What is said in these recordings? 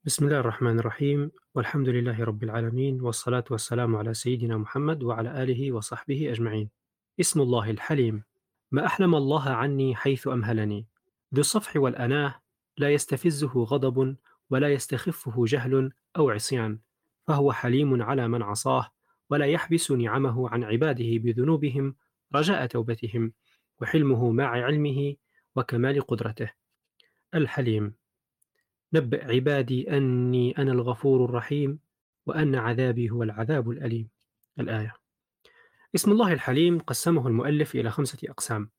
بسم الله الرحمن الرحيم والحمد لله رب العالمين والصلاة والسلام على سيدنا محمد وعلى آله وصحبه أجمعين. اسم الله الحليم. ما أحلم الله عني حيث أمهلني. ذو الصفح والأناه، لا يستفزه غضب ولا يستخفه جهل أو عصيان، فهو حليم على من عصاه، ولا يحبس نعمه عن عباده بذنوبهم رجاء توبتهم، وحلمه مع علمه وكمال قدرته. الحليم. نبئ عبادي أني أنا الغفور الرحيم وأن عذابي هو العذاب الأليم. الآية. اسم الله الحليم قسمه المؤلف إلى 5 أقسام.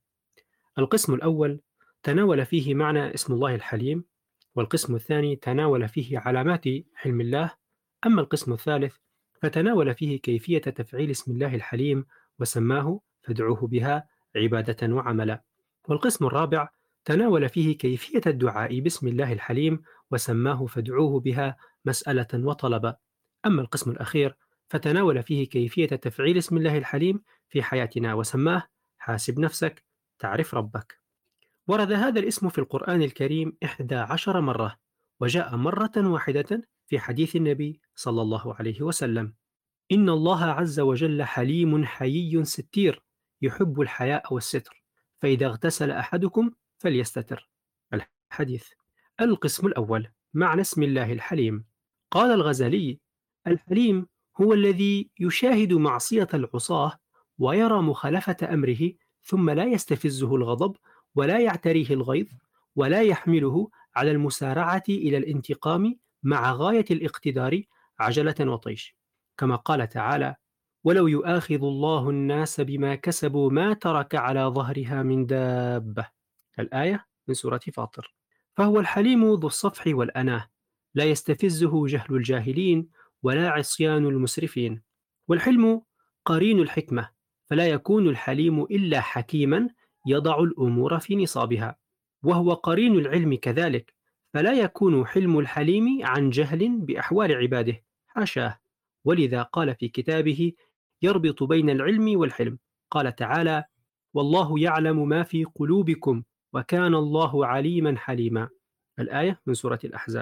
القسم الأول تناول فيه معنى اسم الله الحليم، والقسم الثاني تناول فيه علامات حلم الله، أما القسم الثالث فتناول فيه كيفية تفعيل اسم الله الحليم وسماه فادعوه بها عبادة وعملا، والقسم الرابع تناول فيه كيفية الدعاء باسم الله الحليم وسماه فادعوه بها مسألة وطلبا، أما القسم الأخير فتناول فيه كيفية تفعيل اسم الله الحليم في حياتنا وسماه حاسب نفسك تعرف ربك. ورد هذا الاسم في القرآن الكريم 11 مرة، وجاء مرة واحدة في حديث النبي صلى الله عليه وسلم: إن الله عز وجل حليم حيي ستير، يحب الحياء والستر، فإذا اغتسل أحدكم فليستتر. الحديث. القسم الأول معنى اسم الله الحليم. قال الغزالي: الحليم هو الذي يشاهد معصية العصاة ويرى مخالفة أمره، ثم لا يستفزه الغضب ولا يعتريه الغيظ ولا يحمله على المسارعة إلى الانتقام مع غاية الاقتدار عجلة وطيش، كما قال تعالى: ولو يؤاخذ الله الناس بما كسبوا ما ترك على ظهرها من دابة. الآية من سورة فاطر. فهو الحليم ذو الصفح والأناه، لا يستفزه جهل الجاهلين ولا عصيان المسرفين. والحلم قرين الحكمة، فلا يكون الحليم إلا حكيما يضع الأمور في نصابها، وهو قرين العلم كذلك، فلا يكون حلم الحليم عن جهل بأحوال عباده، حاشاه. ولذا قال في كتابه يربط بين العلم والحلم، قال تعالى: والله يعلم ما في قلوبكم وكان الله عليما حليما. الآية من سورة الأحزاب.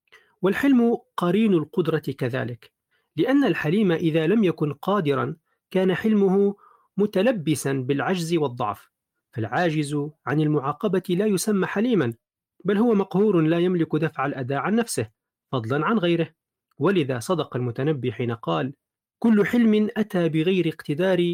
والحلم قرين القدرة كذلك، لأن الحليم إذا لم يكن قادرا كان حلمه متلبسا بالعجز والضعف، فالعاجز عن المعاقبة لا يسمى حليما، بل هو مقهور لا يملك دفع الأذى عن نفسه فضلا عن غيره. ولذا صدق المتنبي حين قال: كل حلم أتى بغير اقتدار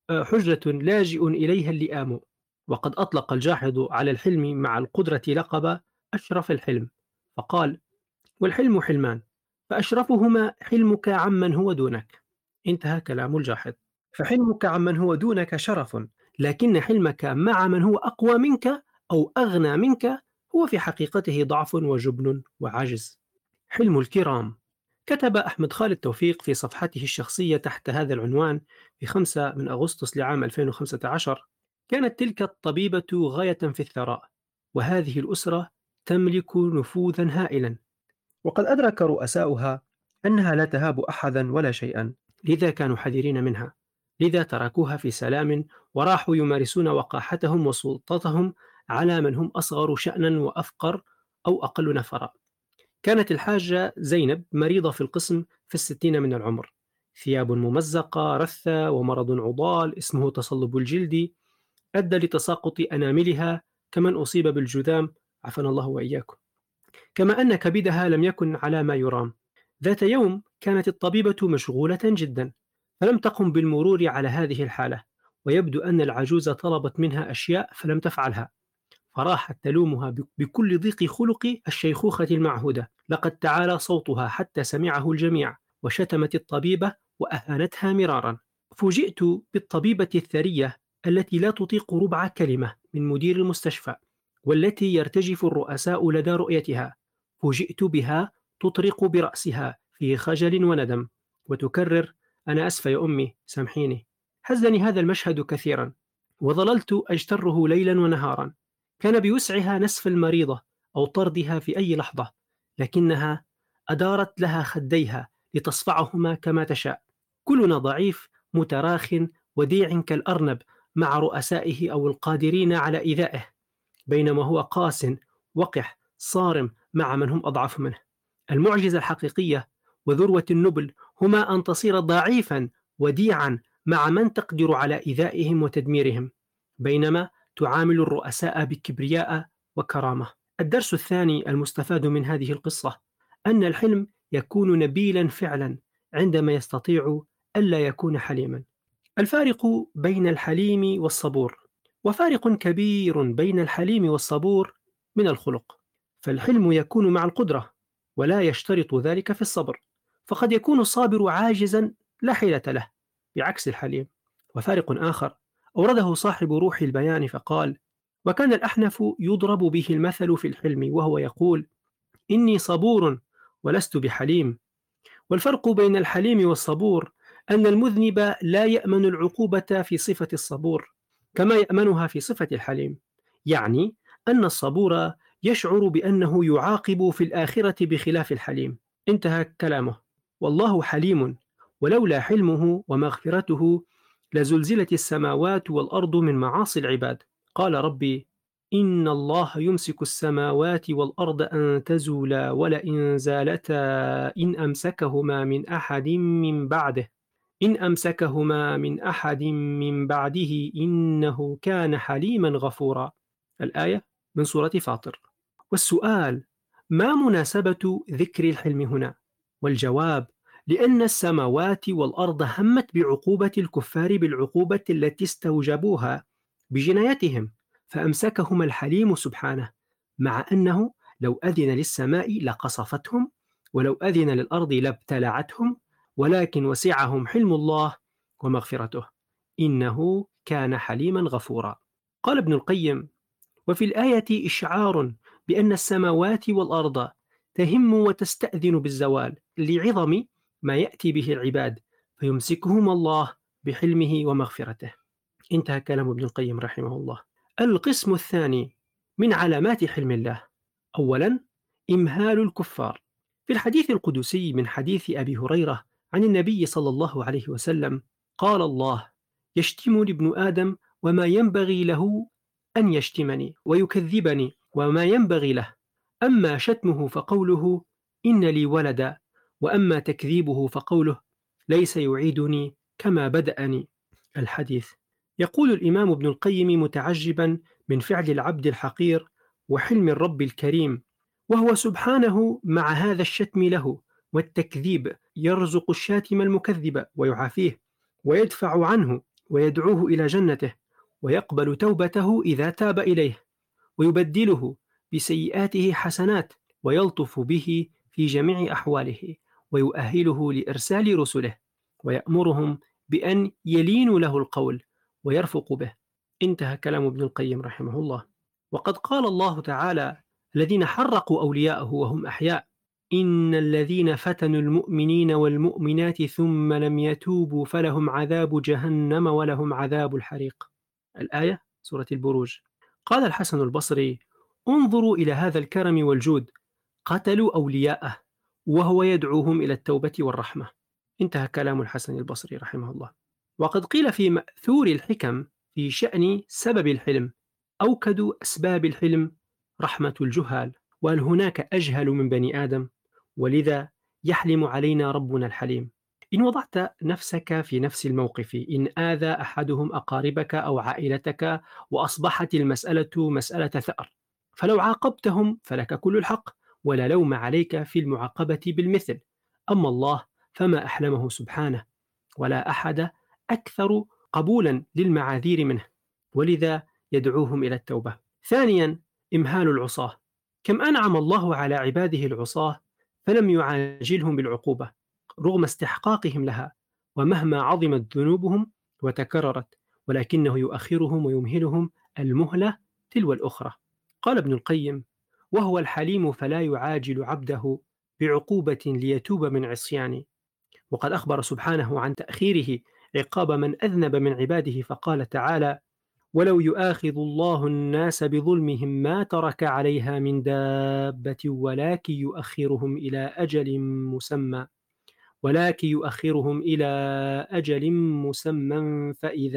حجة لاجئ إليها اللئام. وقد أطلق الجاحظ على الحلم مع القدرة لقب أشرف الحلم، فقال: والحلم حلمان، فأشرفهما حلمك عمن هو دونك. انتهى كلام الجاحظ. فحلمك عمن هو دونك شرف، لكن حلمك مع من هو أقوى منك أو أغنى منك هو في حقيقته ضعف وجبن وعجز. حلم الكرام. كتب أحمد خالد توفيق في صفحته الشخصية تحت هذا العنوان في 5 من أغسطس لعام 2015: كانت تلك الطبيبة غاية في الثراء، وهذه الأسرة تملك نفوذا هائلا، وقد أدرك رؤساؤها أنها لا تهاب أحدا ولا شيئا، لذا كانوا حذرين منها، لذا تركوها في سلام وراحوا يمارسون وقاحتهم وسلطتهم على من هم أصغر شأنا وأفقر أو أقل نفرا. كانت الحاجة زينب مريضة في القسم في 60 من العمر، ثياب ممزقة رثة ومرض عضال اسمه تصلب الجلد أدى لتساقط أناملها كمن أصيب بالجذام، عافانا الله وإياكم، كما أن كبدها لم يكن على ما يرام. ذات يوم كانت الطبيبة مشغولة جدا، فلم تقم بالمرور على هذه الحالة، ويبدو أن العجوز طلبت منها أشياء فلم تفعلها، فراحت تلومها بكل ضيق خلق الشيخوخة المعهودة. لقد تعالى صوتها حتى سمعه الجميع، وشتمت الطبيبة وأهانتها مرارا. فوجئت بالطبيبة الثرية التي لا تطيق ربع كلمة من مدير المستشفى، والتي يرتجف الرؤساء لدى رؤيتها. فوجئت بها تطرق برأسها في خجل وندم وتكرر: أنا أسفة يا أمي سامحيني. هزني هذا المشهد كثيرا، وظللت أجتره ليلا ونهارا. كان بوسعها نسف المريضة أو طردها في أي لحظة، لكنها أدارت لها خديها لتصفعهما كما تشاء. كلنا ضعيف متراخ وديع كالأرنب مع رؤسائه أو القادرين على إيذائه، بينما هو قاس وقح صارم مع من هم أضعف منه. المعجزة الحقيقية وذروة النبل هما أن تصير ضعيفا وديعا مع من تقدر على إيذائهم وتدميرهم، بينما تعامل الرؤساء بكبرياء وكرامة. الدرس الثاني المستفاد من هذه القصة أن الحلم يكون نبيلا فعلا عندما يستطيع ألا يكون حليما. الفارق بين الحليم والصبور، وفارق كبير بين الحليم والصبور من الخلق. فالحلم يكون مع القدرة ولا يشترط ذلك في الصبر، فقد يكون الصابر عاجزا لا حيلة له بعكس الحليم. وفارق آخر أورده صاحب روح البيان فقال: وكان الأحنف يضرب به المثل في الحلم وهو يقول: إني صبور ولست بحليم. والفرق بين الحليم والصبور أن المذنب لا يأمن العقوبة في صفة الصبور كما يأمنها في صفة الحليم، يعني أن الصبور يشعر بأنه يعاقب في الآخرة بخلاف الحليم. انتهى كلامه. والله حليم، ولولا حلمه ومغفرته لزلزلت السماوات والأرض من معاصي العباد. قال ربي: إن الله يمسك السماوات والأرض أن تزولا ولئن زالتا إن أمسكهما من أحد من بعده إنه كان حليما غفورا. الآية من سورة فاطر. والسؤال: ما مناسبة ذكر الحلم هنا؟ والجواب: لأن السماوات والأرض همت بعقوبة الكفار بالعقوبة التي استوجبوها بجنايتهم، فأمسكهم الحليم سبحانه، مع أنه لو أذن للسماء لقصفتهم، ولو أذن للأرض لابتلعتهم، ولكن وسعهم حلم الله ومغفرته، إنه كان حليما غفورا. قال ابن القيم: وفي الآية إشعار بأن السماوات والأرض تهم وتستأذن بالزوال لعظم ما يأتي به العباد، فيمسكهم الله بحلمه ومغفرته. انتهى كلام ابن القيم رحمه الله. القسم الثاني من علامات حلم الله: أولا، إمهال الكفار. في الحديث القدسي من حديث أبي هريرة عن النبي صلى الله عليه وسلم قال الله: يشتمني ابن آدم وما ينبغي له أن يشتمني، ويكذبني وما ينبغي له، أما شتمه فقوله إن لي ولدا، وأما تكذيبه فقوله ليس يعيدني كما بدأني. الحديث. يقول الإمام ابن القيم متعجبا من فعل العبد الحقير وحلم الرب الكريم، وهو سبحانه مع هذا الشتم له والتكذيب يرزق الشاتم المكذب ويعافيه ويدفع عنه ويدعوه إلى جنته، ويقبل توبته إذا تاب إليه، ويبدله بسيئاته حسنات، ويلطف به في جميع أحواله، ويؤهله لإرسال رسله، ويأمرهم بأن يلينوا له القول ويرفق به. انتهى كلام ابن القيم رحمه الله. وقد قال الله تعالى: الذين حرقوا أولياءه وهم أحياء إن الذين فتنوا المؤمنين والمؤمنات ثم لم يتوبوا فلهم عذاب جهنم ولهم عذاب الحريق. الآية سورة البروج. قال الحسن البصري: انظروا إلى هذا الكرم والجود، قتلوا أولياءه وهو يدعوهم إلى التوبة والرحمة. انتهى كلام الحسن البصري رحمه الله. وقد قيل في مأثور الحكم في شأن سبب الحلم: أوكد أسباب الحلم رحمة الجهال، وهل هناك أجهل من بني آدم؟ ولذا يحلم علينا ربنا الحليم. إن وضعت نفسك في نفس الموقف، إن آذى أحدهم أقاربك أو عائلتك وأصبحت المسألة مسألة ثأر، فلو عاقبتهم فلك كل الحق ولا لوم عليك في المعاقبة بالمثل. أما الله فما أحلمه سبحانه، ولا أحد أكثر قبولا للمعاذير منه، ولذا يدعوهم إلى التوبة. ثانيا، إمهال العصاة. كم أنعم الله على عباده العصاة فلم يعاجلهم بالعقوبة رغم استحقاقهم لها، ومهما عظمت ذنوبهم وتكررت، ولكنه يؤخرهم ويمهلهم المهلة تلو الأخرى. قال ابن القيم: وهو الحليم فلا يعاجل عبده بعقوبة ليتوب من عصيانه. وقد أخبر سبحانه عن تأخيره عقاب من أذنب من عباده فقال تعالى: ولو يؤاخذ الله الناس بظلمهم ما ترك عليها من دابة ولكن يؤخرهم إلى أجل مسمى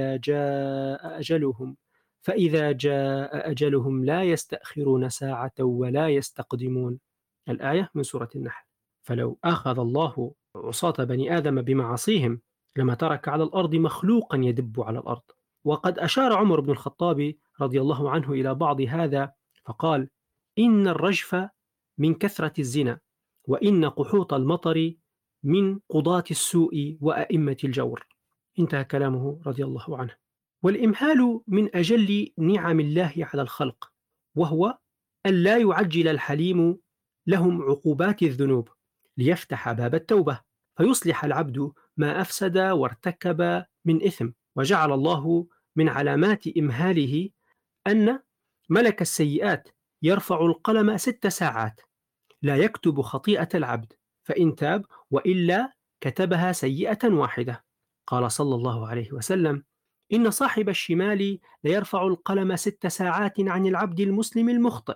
فإذا جاء أجلهم لا يستأخرون ساعة ولا يستقدمون. الآية من سورة النحل. فلو أخذ الله عصاة بني آدم بمعاصيهم لما ترك على الأرض مخلوقا يدب على الأرض. وقد أشار عمر بن الخطاب رضي الله عنه إلى بعض هذا فقال: إن الرجف من كثرة الزنا، وإن قحوط المطر من قضاة السوء وأئمة الجور. انتهى كلامه رضي الله عنه. والإمهال من أجل نعم الله على الخلق، وهو أن لا يعجل الحليم لهم عقوبات الذنوب ليفتح باب التوبة فيصلح العبد ما أفسد وارتكب من إثم. وجعل الله من علامات إمهاله أن ملك السيئات يرفع القلم 6 ساعات لا يكتب خطيئة العبد، فإن تاب وإلا كتبها سيئة واحدة. قال صلى الله عليه وسلم: إن صاحب الشمال ليرفع القلم 6 ساعات عن العبد المسلم المخطئ،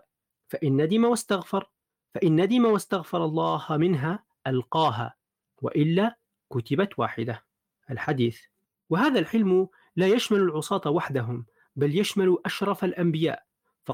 فإن ندم واستغفر الله منها ألقاها، وإلا كتبت واحدة. الحديث. وهذا الحلم لا يشمل العصاة وحدهم، بل يشمل أشرف الأنبياء.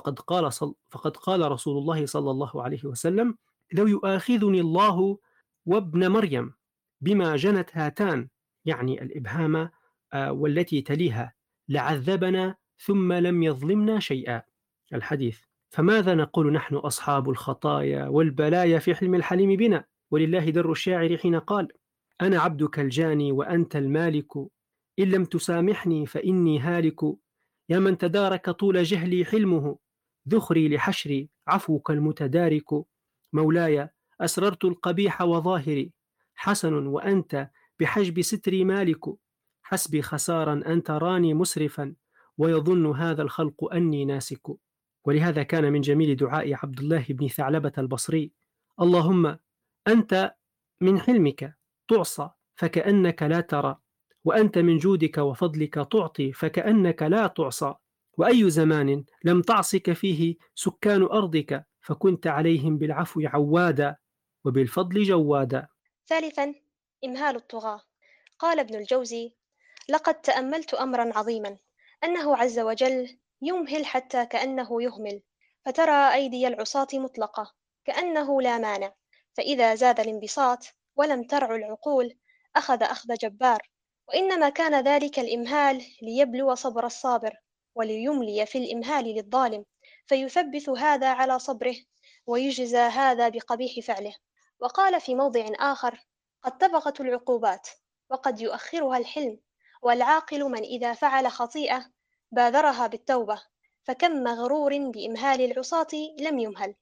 فقد قال رسول الله صلى الله عليه وسلم: لو يؤاخذني الله وابن مريم بما جنت هاتان، يعني الإبهام والتي تليها، لعذبنا ثم لم يظلمنا شيئا. الحديث. فماذا نقول نحن أصحاب الخطايا والبلايا في حلم الحليم بنا؟ ولله در الشاعر حين قال: أنا عبدك الجاني وأنت المالك، إن لم تسامحني فإني هالك. يا من تدارك طول جهلي حلمه، ذخري لحشري عفوك المتدارك. مولاي أسررت القبيح وظاهري، حسن وأنت بحجب ستري مالك. حسبي خسارا أن تراني مسرفا، ويظن هذا الخلق أني ناسك. ولهذا كان من جميل دعاء عبد الله بن ثعلبة البصري: اللهم أنت من حلمك تعصى فكأنك لا ترى، وأنت من جودك وفضلك تعطي فكأنك لا تعصى. وأي زمان لم تعصك فيه سكان أرضك، فكنت عليهم بالعفو عوادا وبالفضل جوادا. ثالثا، إمهال الطغاة. قال ابن الجوزي: لقد تأملت أمرا عظيما، أنه عز وجل يمهل حتى كأنه يهمل، فترى أيدي العصاة مطلقة كأنه لا مانع، فإذا زاد الانبساط ولم ترع العقول أخذ أخذ جبار، وإنما كان ذلك الإمهال ليبلو صبر الصابر، وليملي في الإمهال للظالم، فيثبت هذا على صبره ويجزى هذا بقبيح فعله. وقال في موضع آخر: قد طبقت العقوبات، وقد يؤخرها الحلم، والعاقل من إذا فعل خطيئة بادرها بالتوبة، فكم مغرور بإمهال العصاة لم يمهل.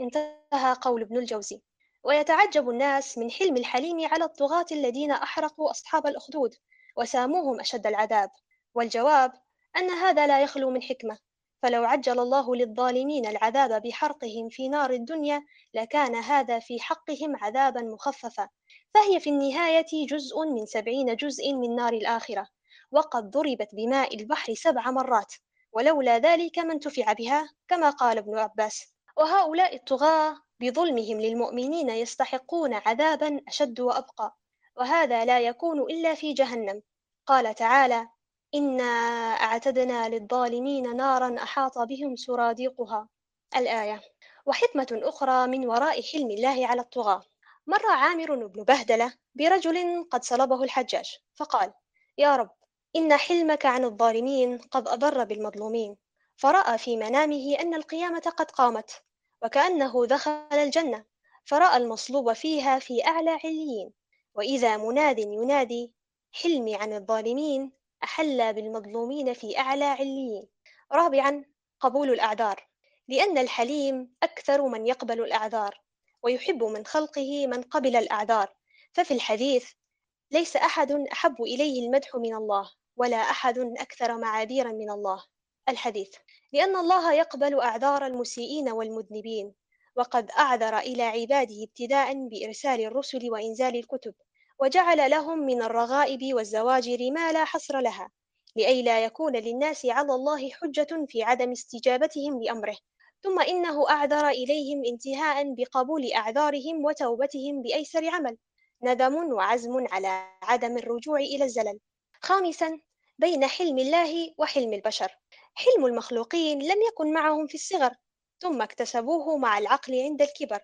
انتهى قول ابن الجوزي. ويتعجب الناس من حلم الحليم على الطغاة الذين أحرقوا أصحاب الأخدود وساموهم أشد العذاب، والجواب أن هذا لا يخلو من حكمة، فلو عجل الله للظالمين العذاب بحرقهم في نار الدنيا لكان هذا في حقهم عذابا مخففا، فهي في النهاية جزء من 70 جزء من نار الآخرة، وقد ضربت بماء البحر 7 مرات، ولولا ذلك ما انتفع بها، كما قال ابن عباس. وهؤلاء الطغاة بظلمهم للمؤمنين يستحقون عذابا أشد وأبقى، وهذا لا يكون إلا في جهنم. قال تعالى: إنا أعتدنا للظالمين نارا أحاط بهم سرادقها. الآية. وحكمة أخرى من وراء حلم الله على الطغاة: مر عامر بن بهدلة برجل قد صلبه الحجاج، فقال: يا رب، إن حلمك عن الظالمين قد أضر بالمظلومين. فرأى في منامه أن القيامة قد قامت، وكأنه دخل الجنة، فرأى المصلوب فيها في أعلى عليين، وإذا مناد ينادي: حلمي عن الظالمين أحل بالمظلومين في أعلى عليين. رابعا، قبول الأعذار، لأن الحليم أكثر من يقبل الأعذار، ويحب من خلقه من قبل الأعذار. ففي الحديث: ليس أحد أحب إليه المدح من الله، ولا أحد أكثر معاذيرا من الله. الحديث. لأن الله يقبل أعذار المسيئين والمذنبين، وقد أعذر إلى عباده ابتداء بإرسال الرسل وإنزال الكتب، وجعل لهم من الرغائب والزواجر ما لا حصر لها، لئي لا يكون للناس على الله حجة في عدم استجابتهم لأمره. ثم إنه أعذر إليهم انتهاء بقبول أعذارهم وتوبتهم بأيسر عمل، ندم وعزم على عدم الرجوع إلى الزلل. خامسا، بين حلم الله وحلم البشر: حلم المخلوقين لم يكن معهم في الصغر، ثم اكتسبوه مع العقل عند الكبر،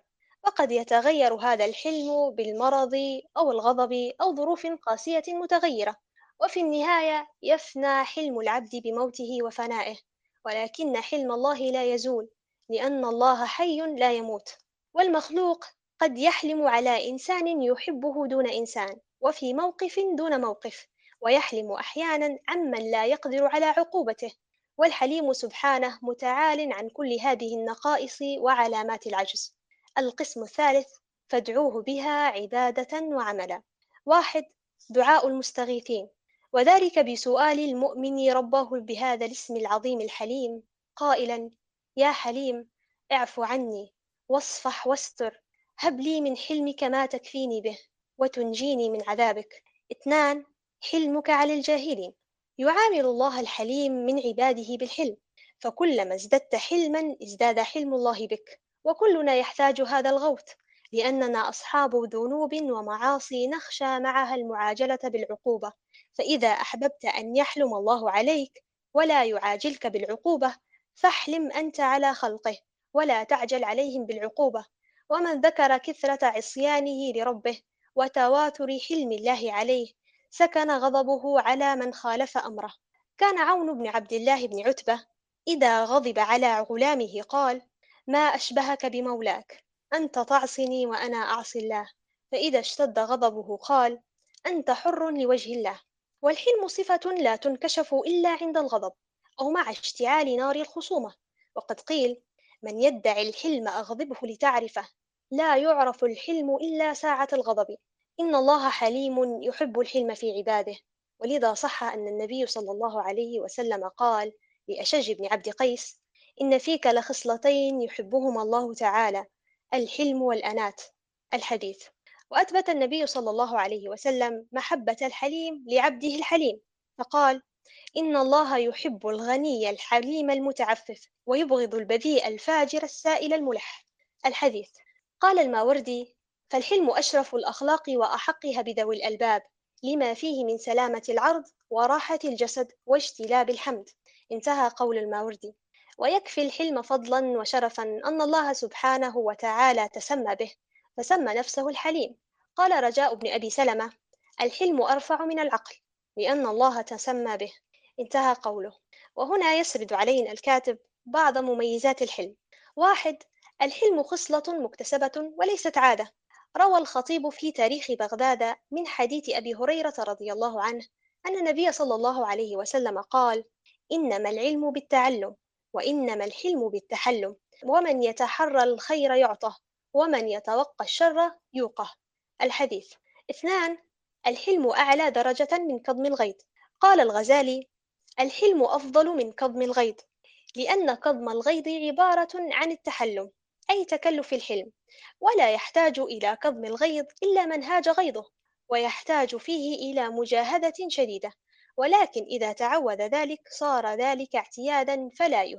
وقد يتغير هذا الحلم بالمرض أو الغضب أو ظروف قاسية متغيرة، وفي النهاية يفنى حلم العبد بموته وفنائه، ولكن حلم الله لا يزول، لأن الله حي لا يموت. والمخلوق قد يحلم على إنسان يحبه دون إنسان، وفي موقف دون موقف، ويحلم أحيانا عمن لا يقدر على عقوبته. والحليم سبحانه متعال عن كل هذه النقائص وعلامات العجز. القسم الثالث: فادعوه بها عبادة وعملا. واحد: دعاء المستغيثين، وذلك بسؤال المؤمن ربه بهذا الاسم العظيم الحليم، قائلا: يا حليم اعف عني، واصفح واستر، هب لي من حلمك ما تكفيني به وتنجيني من عذابك. اثنان: حلمك على الجاهلين. يعامل الله الحليم من عباده بالحلم، فكلما ازددت حلما ازداد حلم الله بك. وكلنا يحتاج هذا الغوث، لأننا أصحاب ذنوب ومعاصي نخشى معها المعاجلة بالعقوبة. فإذا أحببت أن يحلم الله عليك ولا يعاجلك بالعقوبة، فاحلم أنت على خلقه ولا تعجل عليهم بالعقوبة. ومن ذكر كثرة عصيانه لربه وتواتر حلم الله عليه، سكن غضبه على من خالف أمره. كان عون بن عبد الله بن عتبة إذا غضب على غلامه قال: ما أشبهك بمولاك، أنت تعصني وأنا أعصي الله. فإذا اشتد غضبه قال: أنت حر لوجه الله. والحلم صفة لا تنكشف إلا عند الغضب أو مع اشتعال نار الخصومة. وقد قيل: من يدعي الحلم أغضبه لتعرفه، لا يعرف الحلم إلا ساعة الغضب. إن الله حليم يحب الحلم في عباده. ولذا صح أن النبي صلى الله عليه وسلم قال لأشج بن عبد قيس: إن فيك لخصلتين يحبهما الله تعالى، الحلم والأنات. الحديث. وأثبت النبي صلى الله عليه وسلم محبة الحليم لعبده الحليم، فقال: إن الله يحب الغني الحليم المتعفف، ويبغض البذيء الفاجر السائل الملح. الحديث. قال الماوردي: فالحلم أشرف الأخلاق وأحقها بذوي الألباب، لما فيه من سلامة العرض وراحة الجسد واجتلاب الحمد. انتهى قول الماوردي. ويكفي الحلم فضلا وشرفا أن الله سبحانه وتعالى تسمى به، فسمى نفسه الحليم. قال رجاء بن أبي سلمة: الحلم أرفع من العقل، لأن الله تسمى به. انتهى قوله. وهنا يسرد علينا الكاتب بعض مميزات الحلم. واحد: الحلم خصلة مكتسبة وليست عادة. روى الخطيب في تاريخ بغداد من حديث أبي هريرة رضي الله عنه أن النبي صلى الله عليه وسلم قال: إنما العلم بالتعلم، وإنما الحلم بالتحلم، ومن يتحرى الخير يعطه، ومن يتوقى الشر يوقه. الحديث. اثنان: الحلم أعلى درجة من كظم الغيظ. قال الغزالي: الحلم أفضل من كظم الغيظ، لأن كظم الغيظ عبارة عن التحلم، أي تكلف الحلم، ولا يحتاج إلى كظم الغيظ إلا من هاج غيظه، ويحتاج فيه إلى مجاهدة شديدة. ولكن إذا تعود ذلك صار ذلك اعتيادا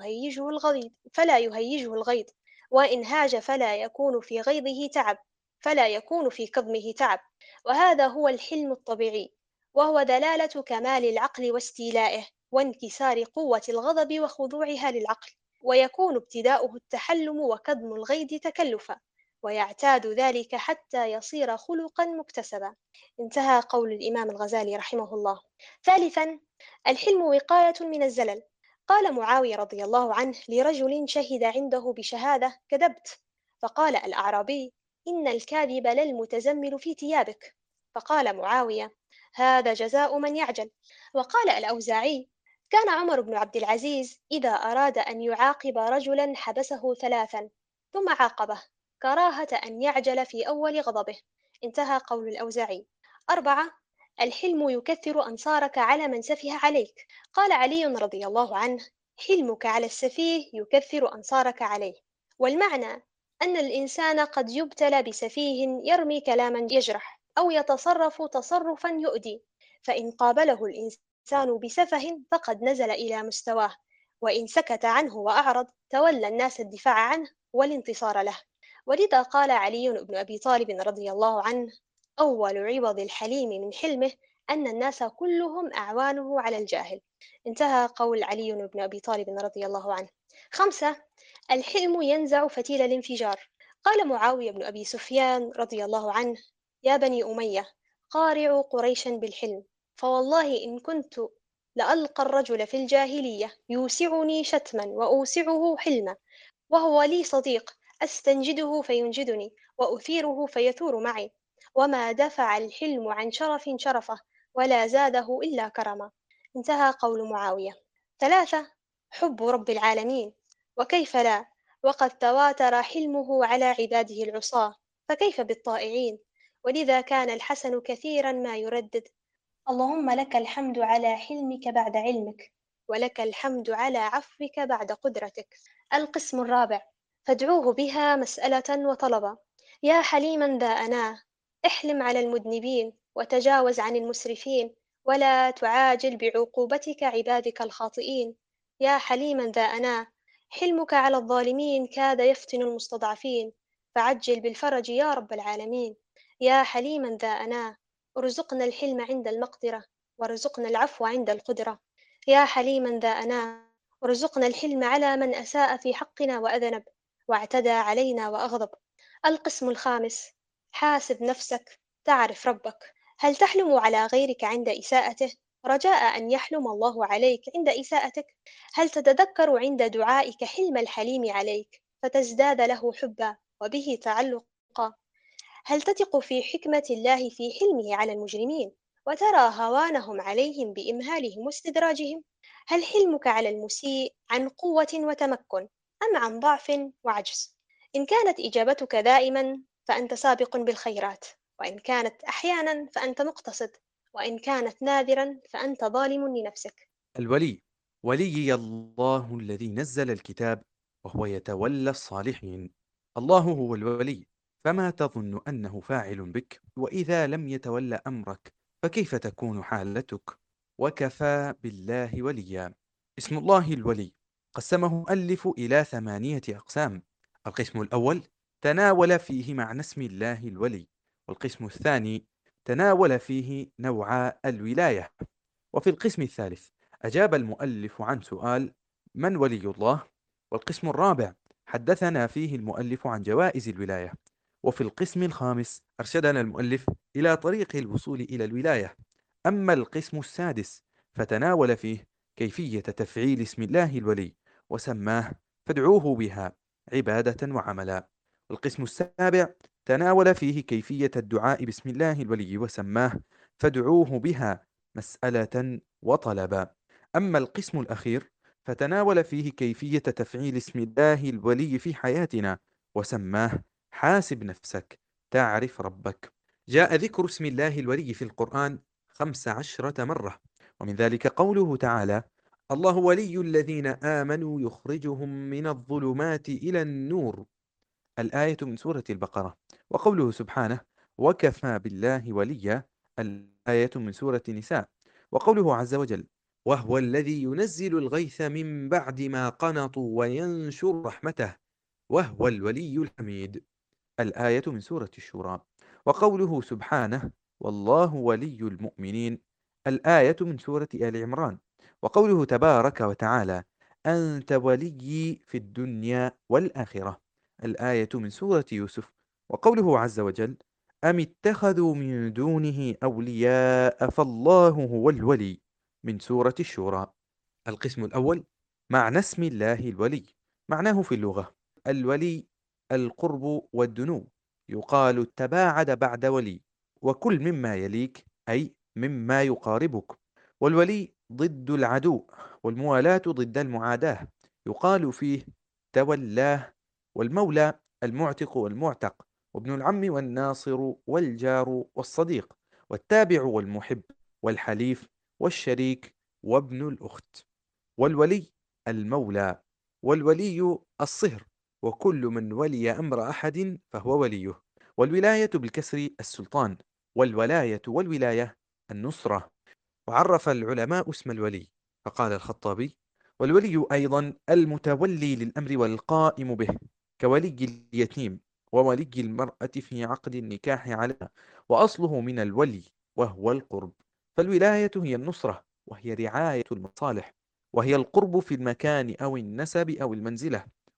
فلا يهيجه الغيظ، وإن هاج فلا يكون في كظمه تعب. وهذا هو الحلم الطبيعي، وهو دلالة كمال العقل واستيلائه، وانكسار قوة الغضب وخضوعها للعقل. ويكون ابتداؤه التحلم وكظم الغيظ تكلفا، ويعتاد ذلك حتى يصير خلقا مكتسبا. انتهى قول الإمام الغزالي رحمه الله. ثالثا: الحلم وقاية من الزلل. قال معاوية رضي الله عنه لرجل شهد عنده بشهادة: كذبت. فقال الأعرابي: إن الكاذب للمتزمل في ثيابك. فقال معاوية: هذا جزاء من يعجل. وقال الأوزاعي: كان عمر بن عبد العزيز إذا أراد أن يعاقب رجلا حبسه ثلاثا ثم عاقبه، كراهة أن يعجل في أول غضبه. انتهى قول الأوزاعي. أربعة: الحلم يكثر أنصارك على من سفه عليك. قال علي رضي الله عنه: حلمك على السفيه يكثر أنصارك عليه. والمعنى أن الإنسان قد يبتلى بسفيه يرمي كلاما يجرح، أو يتصرف تصرفا يؤذي، فإن قابله الإنسان بسفه فقد نزل إلى مستواه، وإن سكت عنه وأعرض تولى الناس الدفاع عنه والانتصار له. ولذا قال علي بن أبي طالب رضي الله عنه: أول عوض الحليم من حلمه أن الناس كلهم أعوانه على الجاهل. انتهى قول علي بن أبي طالب رضي الله عنه. خمسة: الحلم ينزع فتيل الانفجار. قال معاوية بن أبي سفيان رضي الله عنه: يا بني أمية، قارعوا قريشا بالحلم، فوالله إن كنت لألقى الرجل في الجاهلية يوسعني شتما وأوسعه حلما، وهو لي صديق أستنجده فينجدني، وأثيره فيثور معي، وما دفع الحلم عن شرف شرفه، ولا زاده إلا كرما. انتهى قول معاوية. 3. حب رب العالمين. وكيف لا، وقد تواتر حلمه على عباده العصاة، فكيف بالطائعين؟ ولذا كان الحسن كثيرا ما يردد: اللهم لك الحمد على حلمك بعد علمك، ولك الحمد على عفوك بعد قدرتك. القسم الرابع: فادعوه بها مسألة وطلبا. يا حليما ذا أناه، احلم على المذنبين وتجاوز عن المسرفين، ولا تعاجل بعقوبتك عبادك الخاطئين. يا حليما ذا أناه، حلمك على الظالمين كاد يفتن المستضعفين، فعجل بالفرج يا رب العالمين. يا حليما ذا أناه، ارزقنا الحلم عند المقدرة، وارزقنا العفو عند القدرة. يا حليما ذا أناه، وارزقنا الحلم على من أساء في حقنا وأذنب، واعتدى علينا وأغضب. القسم الخامس: حاسب نفسك تعرف ربك. هل تحلم على غيرك عند إساءته، رجاء أن يحلم الله عليك عند إساءتك؟ هل تتذكر عند دعائك حلم الحليم عليك، فتزداد له حبا وبه تعلقا؟ هل تثق في حكمة الله في حلمه على المجرمين، وترى هوانهم عليهم بإمهالهم واستدراجهم؟ هل حلمك على المسيء عن قوة وتمكن، أم عن ضعف وعجز؟ إن كانت إجابتك دائما فأنت سابق بالخيرات، وإن كانت أحيانا فأنت مقتصد، وإن كانت نادرا فأنت ظالم لنفسك. الولي ولي الله الذي نزل الكتاب وهو يتولى الصالحين. الله هو الولي، فما تظن أنه فاعل بك؟ وإذا لم يتولى أمرك فكيف تكون حالتك؟ وكفى بالله وليا. اسم الله الولي قسمه المؤلف إلى 8 أقسام. القسم الأول تناول فيه معنى اسم الله الولي، والقسم الثاني تناول فيه نوع الولاية، وفي القسم الثالث أجاب المؤلف عن سؤال: من ولي الله؟ والقسم الرابع حدثنا فيه المؤلف عن جوائز الولاية، وفي القسم الخامس أرشدنا المؤلف إلى طريق الوصول إلى الولاية. أما القسم السادس فتناول فيه كيفية تفعيل اسم الله الولي، وسماه: فادعوه بها عبادة وعملا. والقسم السابع تناول فيه كيفية الدعاء باسم الله الولي، وسماه: فادعوه بها مسألة وطلبا. أما القسم الأخير فتناول فيه كيفية تفعيل اسم الله الولي في حياتنا، وسماه: حاسب نفسك تعرف ربك. جاء ذكر اسم الله الولي في القرآن 15 مرة، ومن ذلك قوله تعالى: الله ولي الذين آمنوا يخرجهم من الظلمات إلى النور، الآية من سورة البقرة. وقوله سبحانه: وكفى بالله وليا، الآية من سورة النساء. وقوله عز وجل: وهو الذي ينزل الغيث من بعد ما قنطوا وينشر رحمته، وهو الولي الحميد، الآية من سورة الشورى. وقوله سبحانه: والله ولي المؤمنين، الآية من سورة آل عمران. وقوله تبارك وتعالى: أنت وليي في الدنيا والآخرة، الآية من سورة يوسف. وقوله عز وجل: أم اتخذوا من دونه أولياء فالله هو الولي، من سورة الشورى. القسم الأول معنى اسم الله الولي. معناه في اللغة: الولي القرب والدنو، يقال تباعد بعد ولي، وكل مما يليك أي مما يقاربك. والولي ضد العدو، والموالاة ضد المعاداة، يقال فيه تولاه. والمولى المعتق والمعتق، وابن العم والناصر والجار والصديق، والتابع والمحب، والحليف والشريك وابن الأخت. والولي المولى، والولي الصهر، وكل من ولي أمر أحد فهو وليه. والولاية بالكسر السلطان، والولاية والولاية النصرة. وعرف العلماء اسم الولي، فقال الخطابي: والولي أيضا المتولي للأمر والقائم به، كولي اليتيم وولي المرأة في عقد النكاح عليها، وأصله من الولي وهو القرب. فالولاية هي النصرة، وهي رعاية المصالح، وهي القرب في المكان أو النسب أو المنزلة،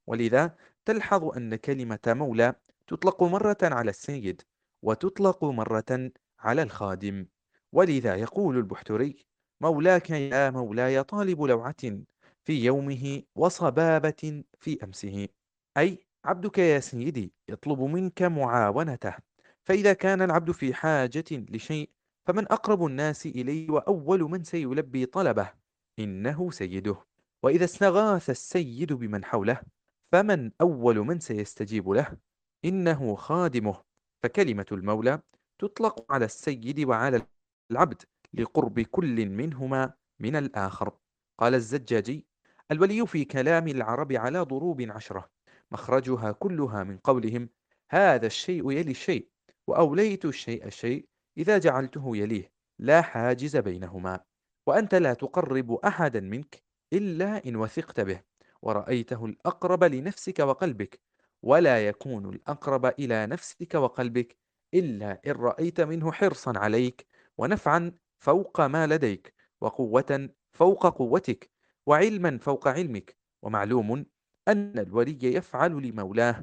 ولذا تلحظ أن كلمة مولى تطلق مرة على السيد وتطلق مرة على الخادم. ولذا يقول البحتري: مولاك يا مولاي طالب لوعة في يومه وصبابة في أمسه، أي عبدك يا سيدي يطلب منك معاونته. فإذا كان العبد في حاجة لشيء فمن أقرب الناس إليه وأول من سيلبي طلبه؟ إنه سيده. وإذا استغاث السيد بمن حوله فمن أول من سيستجيب له؟ إنه خادمه. فكلمة المولى تطلق على السيد وعلى العبد لقرب كل منهما من الآخر. قال الزجاجي: الولي في كلام العرب على ضروب 10، مخرجها كلها من قولهم: هذا الشيء يلي الشيء، وأوليت الشيء الشيء إذا جعلته يليه، لا حاجز بينهما. وأنت لا تقرب أحدا منك إلا إن وثقت به ورأيته الأقرب لنفسك وقلبك، ولا يكون الأقرب إلى نفسك وقلبك إلا إن رأيت منه حرصا عليك، ونفعا فوق ما لديك، وقوة فوق قوتك، وعلما فوق علمك. ومعلوم أن الولي يفعل لمولاه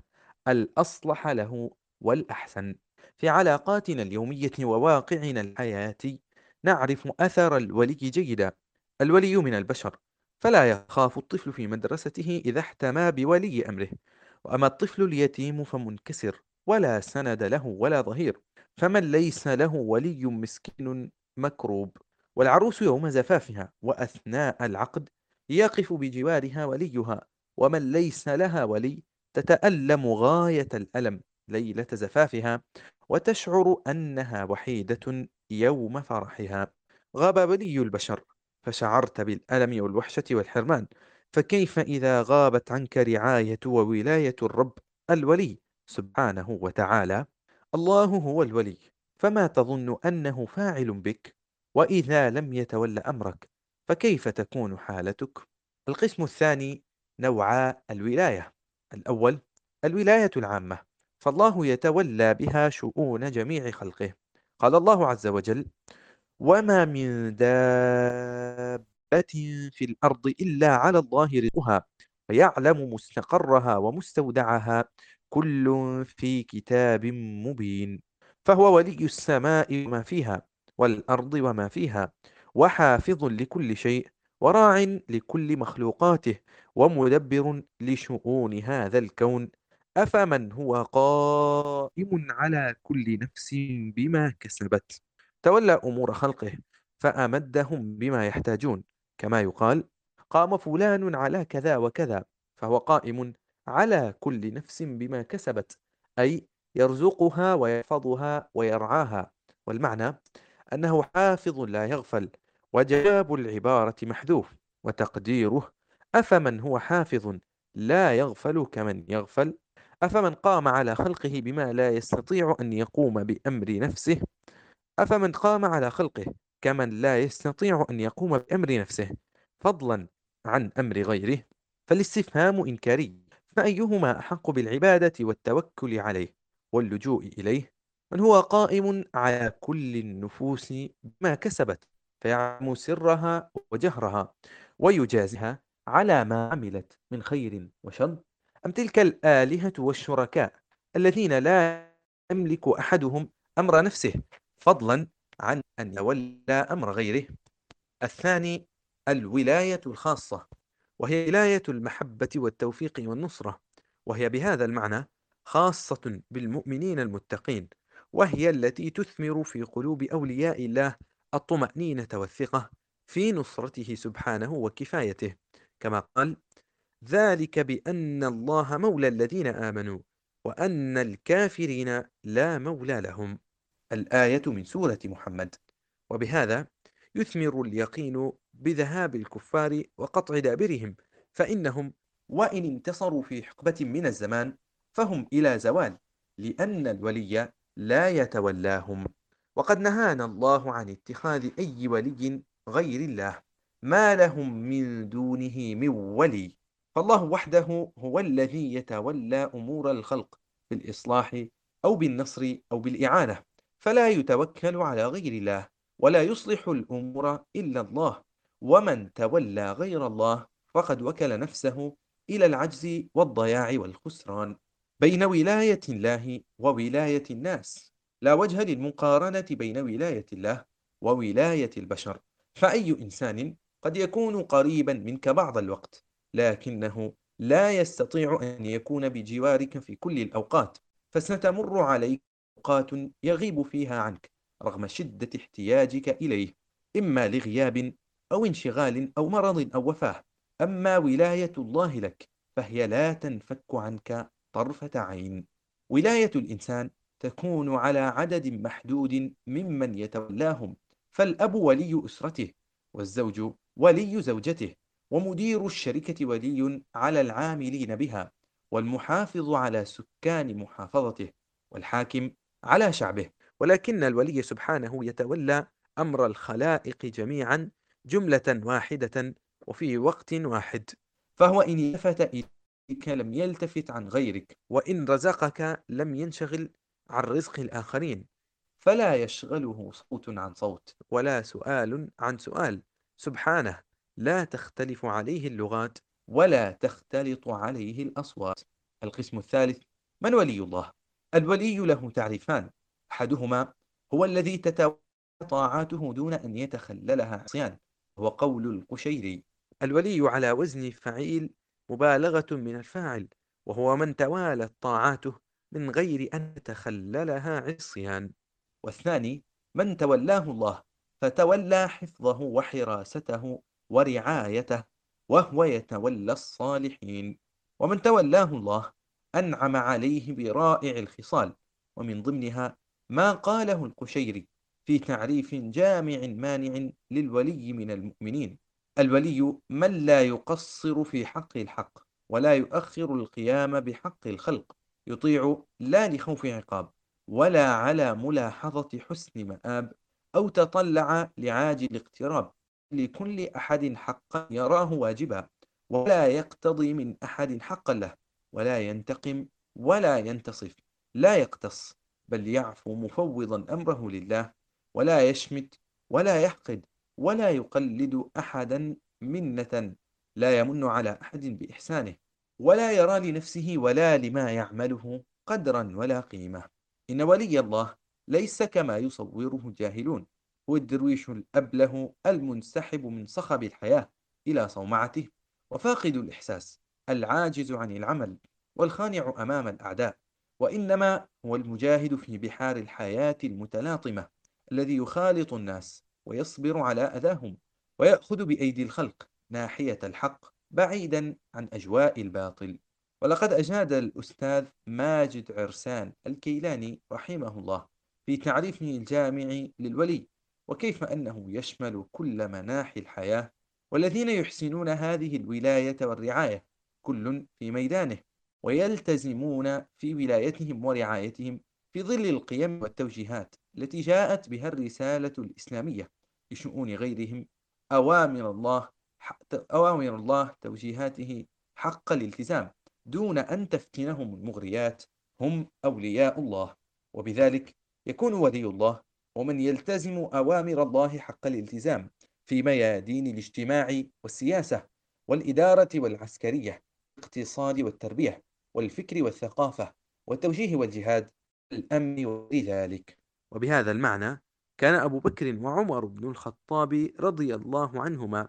الأصلح له والأحسن. في علاقاتنا اليومية وواقعنا الحياتي نعرف أثر الولي جيدا. الولي من البشر، فلا يخاف الطفل في مدرسته إذا احتمى بولي أمره. وأما الطفل اليتيم فمنكسر، ولا سند له ولا ظهير، فمن ليس له ولي مسكين مكروب. والعروس يوم زفافها وأثناء العقد يقف بجوارها وليها، ومن ليس لها ولي تتألم غاية الألم ليلة زفافها، وتشعر أنها وحيدة يوم فرحها. غاب ولي البشر فشعرت بالألم والوحشة والحرمان، فكيف إذا غابت عنك رعاية وولاية الرب الولي سبحانه وتعالى؟ الله هو الولي، فما تظن أنه فاعل بك؟ وإذا لم يتول أمرك فكيف تكون حالتك؟ القسم الثاني: نوعا الولاية. الأول الولاية العامة، فالله يتولى بها شؤون جميع خلقه. قال الله عز وجل: وما من دابة في الأرض إلا على الله رزقها ويعلم مستقرها ومستودعها كل في كتاب مبين. فهو ولي السماء وما فيها والأرض وما فيها، وحافظ لكل شيء، وراع لكل مخلوقاته، ومدبر لشؤون هذا الكون. أفمن هو قائم على كل نفس بما كسبت تولى أمور خلقه فأمدهم بما يحتاجون، كما يقال: قام فلان على كذا وكذا، فهو قائم على كل نفس بما كسبت، أي يرزقها ويحفظها ويرعاها. والمعنى أنه حافظ لا يغفل. وجواب العبارة محذوف، وتقديره: أفمن هو حافظ لا يغفل كمن يغفل. أفمن قام على خلقه بما لا يستطيع أن يقوم بأمر نفسه، أفمن قام على خلقه كمن لا يستطيع أن يقوم بأمر نفسه فضلا عن أمر غيره. فالاستفهام إنكاري، فأيهما أحق بالعبادة والتوكل عليه واللجوء إليه؟ من هو قائم على كل النفوس بما كسبت فيعلم سرها وجهرها ويجازها على ما عملت من خير وشر؟ أم تلك الآلهة والشركاء الذين لا يملك أحدهم أمر نفسه فضلا عن أن يولى أمر غيره؟ الثاني الولاية الخاصة، وهي ولاية المحبة والتوفيق والنصرة، وهي بهذا المعنى خاصة بالمؤمنين المتقين، وهي التي تثمر في قلوب أولياء الله الطمأنينة والثقة في نصرته سبحانه وكفايته، كما قال: ذلك بأن الله مولى الذين آمنوا وأن الكافرين لا مولى لهم. الآية من سورة محمد. وبهذا يثمر اليقين بذهاب الكفار وقطع دابرهم، فإنهم وإن انتصروا في حقبة من الزمان فهم إلى زوال، لأن الولي لا يتولاهم. وقد نهانا الله عن اتخاذ أي ولي غير الله، ما لهم من دونه من ولي. فالله وحده هو الذي يتولى أمور الخلق بالإصلاح أو بالنصر أو بالإعانة، فلا يتوكل على غير الله، ولا يصلح الأمور إلا الله. ومن تولى غير الله فقد وكل نفسه إلى العجز والضياع والخسران. بين ولاية الله وولاية الناس لا وجه للمقارنة بين ولاية الله وولاية البشر، فأي إنسان قد يكون قريبا منك بعض الوقت، لكنه لا يستطيع أن يكون بجوارك في كل الأوقات، فستمر عليك أوقات يغيب فيها عنك رغم شدة احتياجك إليه، إما لغياب أو انشغال أو مرض أو وفاة. أما ولاية الله لك فهي لا تنفك عنك طرفة عين. ولاية الإنسان تكون على عدد محدود ممن يتولاهم، فالأب ولي أسرته، والزوج ولي زوجته، ومدير الشركة ولي على العاملين بها، والمحافظ على سكان محافظته، والحاكم على شعبه. ولكن الولي سبحانه يتولى أمر الخلائق جميعا جملة واحدة وفي وقت واحد، فهو إن التفت إليك لم يلتفت عن غيرك، وإن رزقك لم ينشغل عن رزق الآخرين، فلا يشغله صوت عن صوت ولا سؤال عن سؤال. سبحانه لا تختلف عليه اللغات ولا تختلط عليه الأصوات. القسم الثالث: من ولي الله؟ الولي له تعريفان، أحدهما هو الذي تتولى طاعاته دون أن يتخللها عصيان، هو قول القشيري: الولي على وزن فعيل مبالغة من الفاعل، وهو من توالت طاعاته من غير أن يتخللها عصيان. والثاني من تولاه الله فتولى حفظه وحراسته ورعايته، وهو يتولى الصالحين. ومن تولاه الله أنعم عليه برائع الخصال، ومن ضمنها ما قاله القشيري في تعريف جامع مانع للولي من المؤمنين: الولي من لا يقصر في حق الحق ولا يؤخر القيام بحق الخلق، يطيع لا لخوف عقاب ولا على ملاحظة حسن مآب أو تطلع لعاجل اقتراب، لكل أحد حقا يراه واجبا، ولا يقتضي من أحد حقا له، ولا ينتقم ولا ينتصف، لا يقتص بل يعفو مفوضا أمره لله، ولا يشمت ولا يحقد ولا يقلد أحدا منة، لا يمن على أحد بإحسانه، ولا يرى لنفسه ولا لما يعمله قدرا ولا قيمة. إن ولي الله ليس كما يصوره الجاهلون، هو الدرويش الأبله المنسحب من صخب الحياة إلى صومعته، وفاقد الإحساس، العاجز عن العمل، والخانع أمام الأعداء، وإنما هو المجاهد في بحار الحياة المتلاطمة، الذي يخالط الناس ويصبر على أذاهم، ويأخذ بأيدي الخلق ناحية الحق بعيدا عن أجواء الباطل. ولقد أجاد الأستاذ ماجد عرسان الكيلاني رحمه الله في تعريفه الجامع للولي، وكيف أنه يشمل كل مناحي الحياة، والذين يحسنون هذه الولاية والرعاية كل في ميدانه، ويلتزمون في ولايتهم ورعايتهم في ظل القيم والتوجيهات التي جاءت بها الرسالة الإسلامية لشؤون غيرهم، أوامر الله أوامر الله توجيهاته حق الالتزام دون أن تفتنهم المغريات، هم أولياء الله. وبذلك يكون ولي الله ومن يلتزم أوامر الله حق الالتزام في ميادين الاجتماع والسياسة والإدارة والعسكرية، الاقتصاد والتربية والفكر والثقافة والتوجيه والجهاد، الأمن ولذلك. وبهذا المعنى كان أبو بكر وعمر بن الخطاب رضي الله عنهما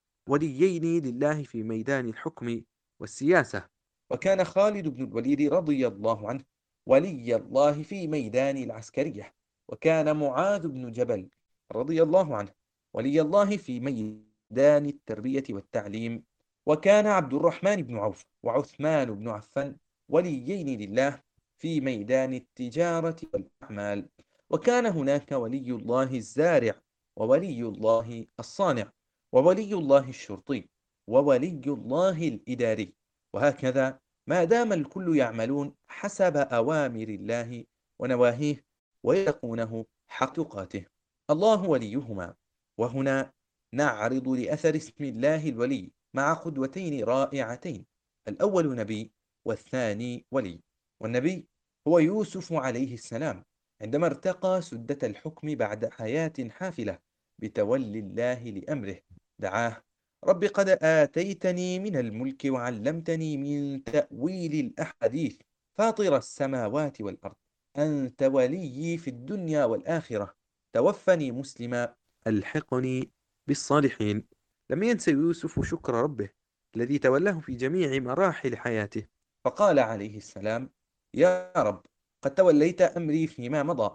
وليين لله في ميدان الحكم والسياسة، وكان خالد بن الوليد رضي الله عنه ولي الله في ميدان العسكرية، وكان معاذ بن جبل رضي الله عنه ولي الله في ميدان التربية والتعليم، وكان عبد الرحمن بن عوف وعثمان بن عفان وليين لله في ميدان التجارة والأعمال، وكان هناك ولي الله الزارع وولي الله الصانع وولي الله الشرطي وولي الله الإداري، وهكذا ما دام الكل يعملون حسب أوامر الله ونواهيه ويتقونه حق تقاته. الله وليهما. وهنا نعرض لأثر اسم الله الولي مع قدوتين رائعتين: الأول نبي والثاني ولي. والنبي هو يوسف عليه السلام عندما ارتقى سدة الحكم بعد حياة حافلة بتولي الله لأمره، دعاه رب قد آتيتني من الملك وعلمتني من تأويل الأحاديث فاطر السماوات والأرض أنت ولي في الدنيا والآخرة توفني مسلما ألحقني بالصالحين. لم ينس يوسف شكر ربه الذي تولاه في جميع مراحل حياته، فقال عليه السلام: يا رب، قد توليت أمري فيما مضى،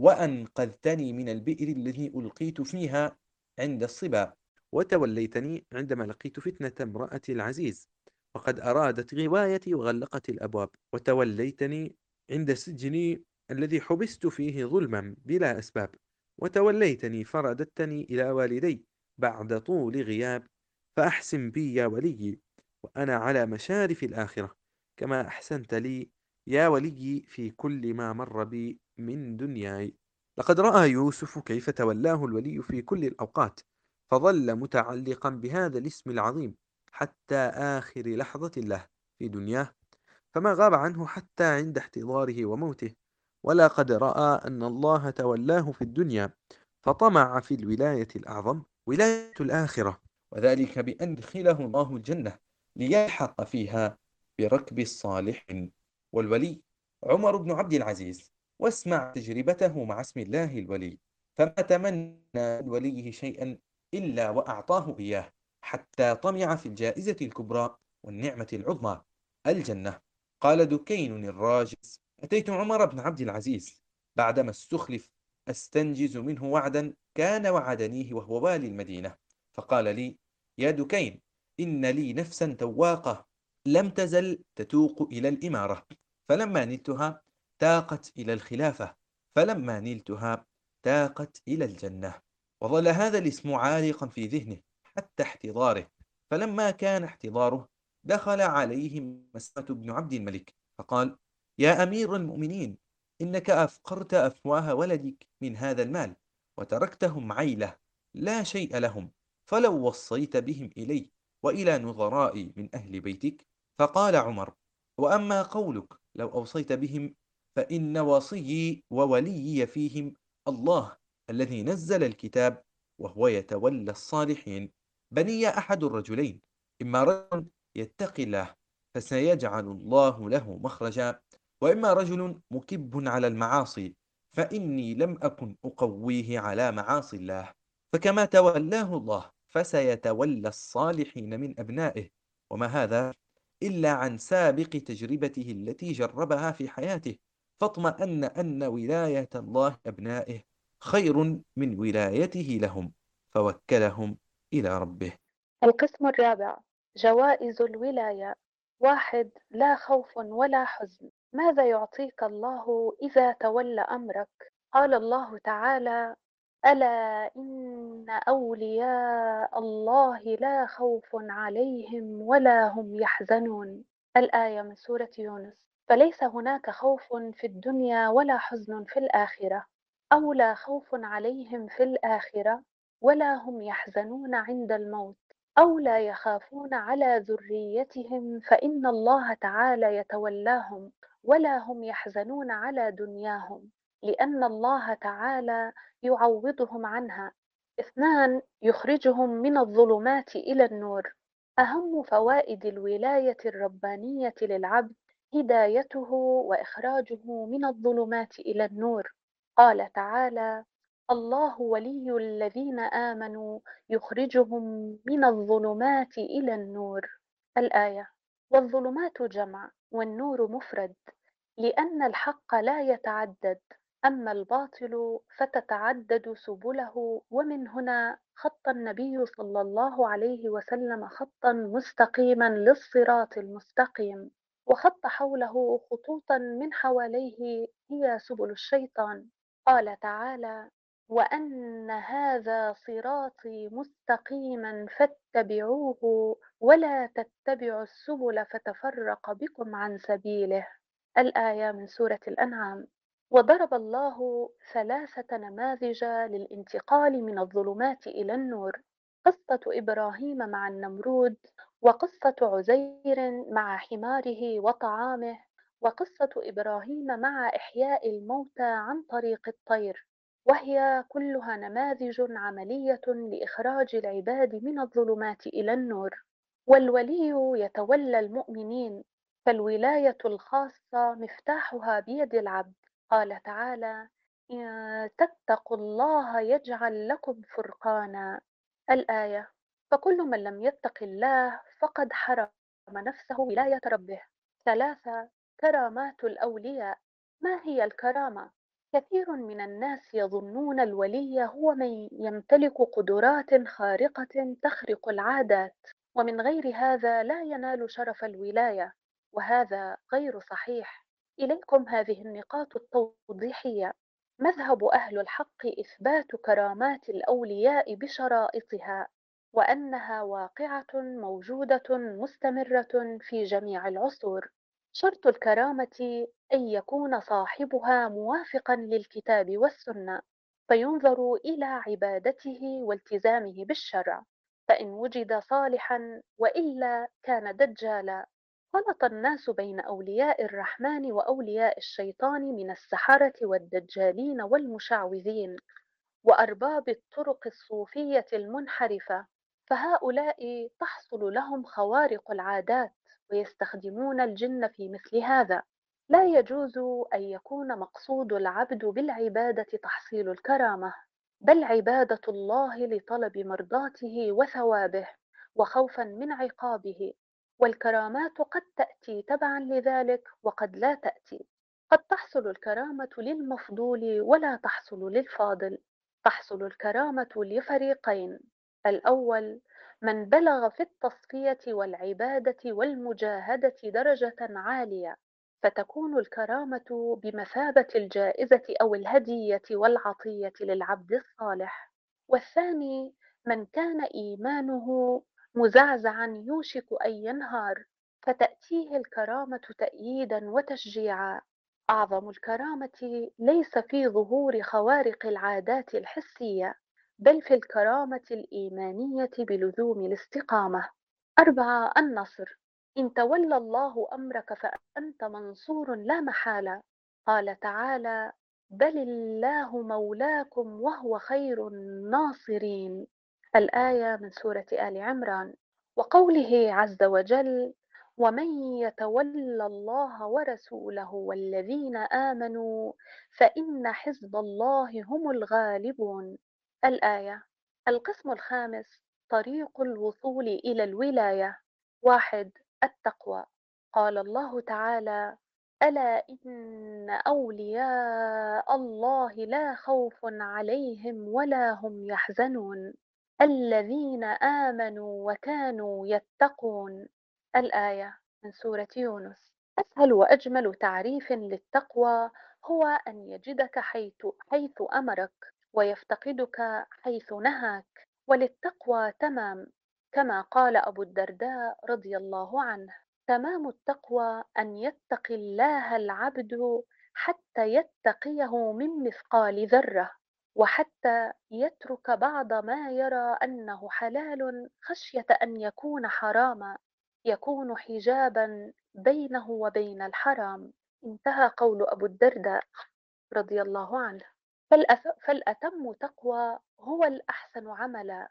وأنقذتني من البئر الذي ألقيت فيها عند الصبا، وتوليتني عندما لقيت فتنة امرأة العزيز وقد أرادت غوايتي وغلقت الأبواب، وتوليتني عند سجني الذي حبست فيه ظلما بلا أسباب، وتوليتني فرددتني إلى والدي بعد طول غياب، فأحسن بي يا ولي وأنا على مشارف الآخرة، كما أحسنت لي يا ولي في كل ما مر بي من دنياي. لقد رأى يوسف كيف تولاه الولي في كل الأوقات، فظل متعلقا بهذا الاسم العظيم حتى آخر لحظة له في دنياه، فما غاب عنه حتى عند احتضاره وموته. ولقد رأى أن الله تولاه في الدنيا فطمع في الولاية الأعظم، ولاية الآخرة، وذلك بأن يدخله الله الجنة ليلحق فيها بركب الصالحين. والولي عمر بن عبد العزيز، واسمع تجربته مع اسم الله الولي، فما تمنى من وليه شيئا إلا وأعطاه إياه، حتى طمع في الجائزة الكبرى والنعمة العظمى الجنة. قال دكين الراجز: أتيت عمر بن عبد العزيز بعدما استخلف أستنجز منه وعدا كان وعدنيه وهو والي المدينة، فقال لي: يا دكين، إن لي نفسا تواقة لم تزل تتوق إلى الإمارة، فلما نلتها تاقت إلى الخلافة، فلما نلتها تاقت إلى الجنة. وظل هذا الاسم عالقا في ذهنه حتى احتضاره، فلما كان احتضاره دخل عليه مسعود بن عبد الملك فقال: يا أمير المؤمنين، إنك أفقرت أفواه ولدك من هذا المال وتركتهم عيلة لا شيء لهم، فلو وصيت بهم إلي وإلى نظرائي من أهل بيتك. فقال عمر: وأما قولك لو أوصيت بهم، فإن وصيي ووليي فيهم الله الذي نزل الكتاب وهو يتولى الصالحين. بني أحد الرجلين، إما رجل يتقي الله فسيجعل الله له مخرجا، وإما رجل مكب على المعاصي فإني لم أكن أقويه على معاصي الله. فكما تولاه الله فسيتولى الصالحين من أبنائه، وما هذا إلا عن سابق تجربته التي جربها في حياته، فاطمأن أن ولاية الله أبنائه خير من ولايته لهم، فوكلهم إلى ربه. القسم الرابع: جوائز الولاية. 1. لا خوف ولا حزن. ماذا يعطيك الله إذا تولى أمرك؟ قال الله تعالى: ألا إن أولياء الله لا خوف عليهم ولا هم يحزنون. الآية من سورة يونس. فليس هناك خوف في الدنيا ولا حزن في الآخرة، أو لا خوف عليهم في الآخرة ولا هم يحزنون عند الموت، أو لا يخافون على ذريتهم فإن الله تعالى يتولاهم، ولا هم يحزنون على دنياهم لأن الله تعالى يعوضهم عنها. 2. يخرجهم من الظلمات إلى النور. أهم فوائد الولاية الربانية للعبد هدايته وإخراجه من الظلمات إلى النور. قال تعالى: الله ولي الذين آمنوا يخرجهم من الظلمات إلى النور. الآية. والظلمات جمع والنور مفرد، لأن الحق لا يتعدد، أما الباطل فتتعدد سبله. ومن هنا خط النبي صلى الله عليه وسلم خطا مستقيما للصراط المستقيم، وخط حوله خطوطا من حواليه هي سبل الشيطان. قال تعالى: وأن هذا صراطي مستقيما فاتبعوه ولا تتبعوا السبل فتفرق بكم عن سبيله. الآية من سورة الأنعام. وضرب الله 3 نماذج للانتقال من الظلمات إلى النور: قصة إبراهيم مع النمرود، وقصة عزير مع حماره وطعامه، وقصة إبراهيم مع إحياء الموتى عن طريق الطير. وهي كلها نماذج عملية لإخراج العباد من الظلمات إلى النور. والولي يتولى المؤمنين، فالولاية الخاصة مفتاحها بيد العبد. قال تعالى: إن تتقوا الله يجعل لكم فرقانا. الآية. فكل من لم يتق الله فقد حرم نفسه ولاية ربه. ثلاثة: كرامات الأولياء. ما هي الكرامة؟ كثير من الناس يظنون الولي هو من يمتلك قدرات خارقة تخرق العادات، ومن غير هذا لا ينال شرف الولاية، وهذا غير صحيح. إليكم هذه النقاط التوضيحية. مذهب أهل الحق إثبات كرامات الأولياء بشرائطها، وأنها واقعة موجودة مستمرة في جميع العصور. شرط الكرامة أن يكون صاحبها موافقا للكتاب والسنة، فينظر إلى عبادته والتزامه بالشرع، فإن وجد صالحا وإلا كان دجالا. خلط الناس بين أولياء الرحمن وأولياء الشيطان من السحرة والدجالين والمشعوذين وأرباب الطرق الصوفية المنحرفة، فهؤلاء تحصل لهم خوارق العادات ويستخدمون الجن في مثل هذا. لا يجوز أن يكون مقصود العبد بالعبادة تحصيل الكرامة، بل عبادة الله لطلب مرضاته وثوابه وخوفا من عقابه. والكرامات قد تأتي تبعا لذلك وقد لا تأتي. قد تحصل الكرامة للمفضول ولا تحصل للفاضل. تحصل الكرامة لفريقين: الأول من بلغ في التصفية والعبادة والمجاهدة درجة عالية، فتكون الكرامة بمثابة الجائزة أو الهدية والعطية للعبد الصالح. والثاني من كان إيمانه مزعزعا يوشك أن ينهار، فتأتيه الكرامة تأييدا وتشجيعا. أعظم الكرامة ليس في ظهور خوارق العادات الحسية، بل في الكرامة الإيمانية بلزوم الاستقامة. أربعة: النصر. إن تولى الله أمرك فأنت منصور لا محالة. قال تعالى: بل الله مولاكم وهو خير الناصرين. الآية من سورة آل عمران. وقوله عز وجل: ومن يتول الله ورسوله والذين آمنوا فإن حزب الله هم الغالبون. الآية. القسم الخامس: طريق الوصول إلى الولاية. واحد: التقوى. قال الله تعالى: ألا إن أولياء الله لا خوف عليهم ولا هم يحزنون الذين آمنوا وكانوا يتقون. الآية من سورة يونس. أسهل وأجمل تعريف للتقوى هو أن يجدك حيث أمرك ويفتقدك حيث نهاك. وللتقوى تمام، كما قال أبو الدرداء رضي الله عنه: تمام التقوى أن يتقي الله العبد حتى يتقيه من مثقال ذرة، وحتى يترك بعض ما يرى أنه حلال خشية أن يكون حراما، يكون حجابا بينه وبين الحرام. انتهى قول أبو الدرداء رضي الله عنه. فالأتم تقوى هو الأحسن عملا،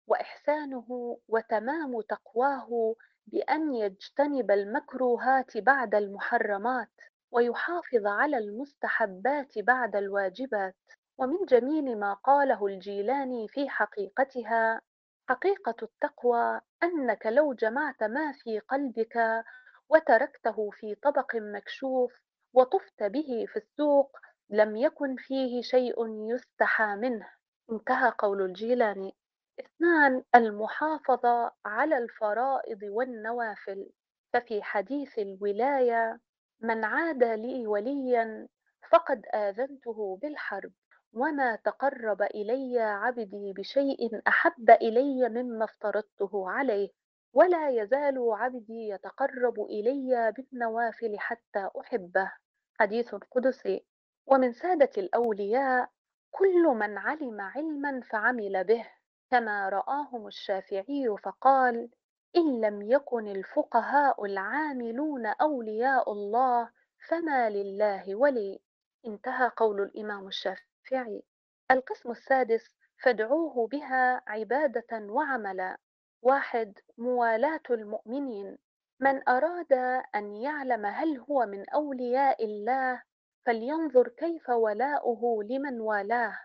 وإحسانه وتمام تقواه بأن يجتنب المكروهات بعد المحرمات، ويحافظ على المستحبات بعد الواجبات. ومن جميل ما قاله الجيلاني في حقيقتها: حقيقة التقوى أنك لو جمعت ما في قلبك وتركته في طبق مكشوف وطفت به في السوق لم يكن فيه شيء يستحى منه. انتهى قول الجيلاني. اثنان: المحافظة على الفرائض والنوافل. ففي حديث الولاية: من عادى لي وليا فقد آذنته بالحرب، وما تقرب إلي عبدي بشيء أحب إلي مما افترضته عليه، ولا يزال عبدي يتقرب إلي بالنوافل حتى أحبه. حديث قدسي. ومن سادة الأولياء كل من علم علما فعمل به، كما رآهم الشافعي فقال: إن لم يكن الفقهاء العاملون أولياء الله فما لله ولي. انتهى قول الإمام الشافعي. القسم السادس: فادعوه بها عبادة وعملا. واحد: موالاة المؤمنين. من أراد أن يعلم هل هو من أولياء الله فلينظر كيف ولاؤه لمن والاه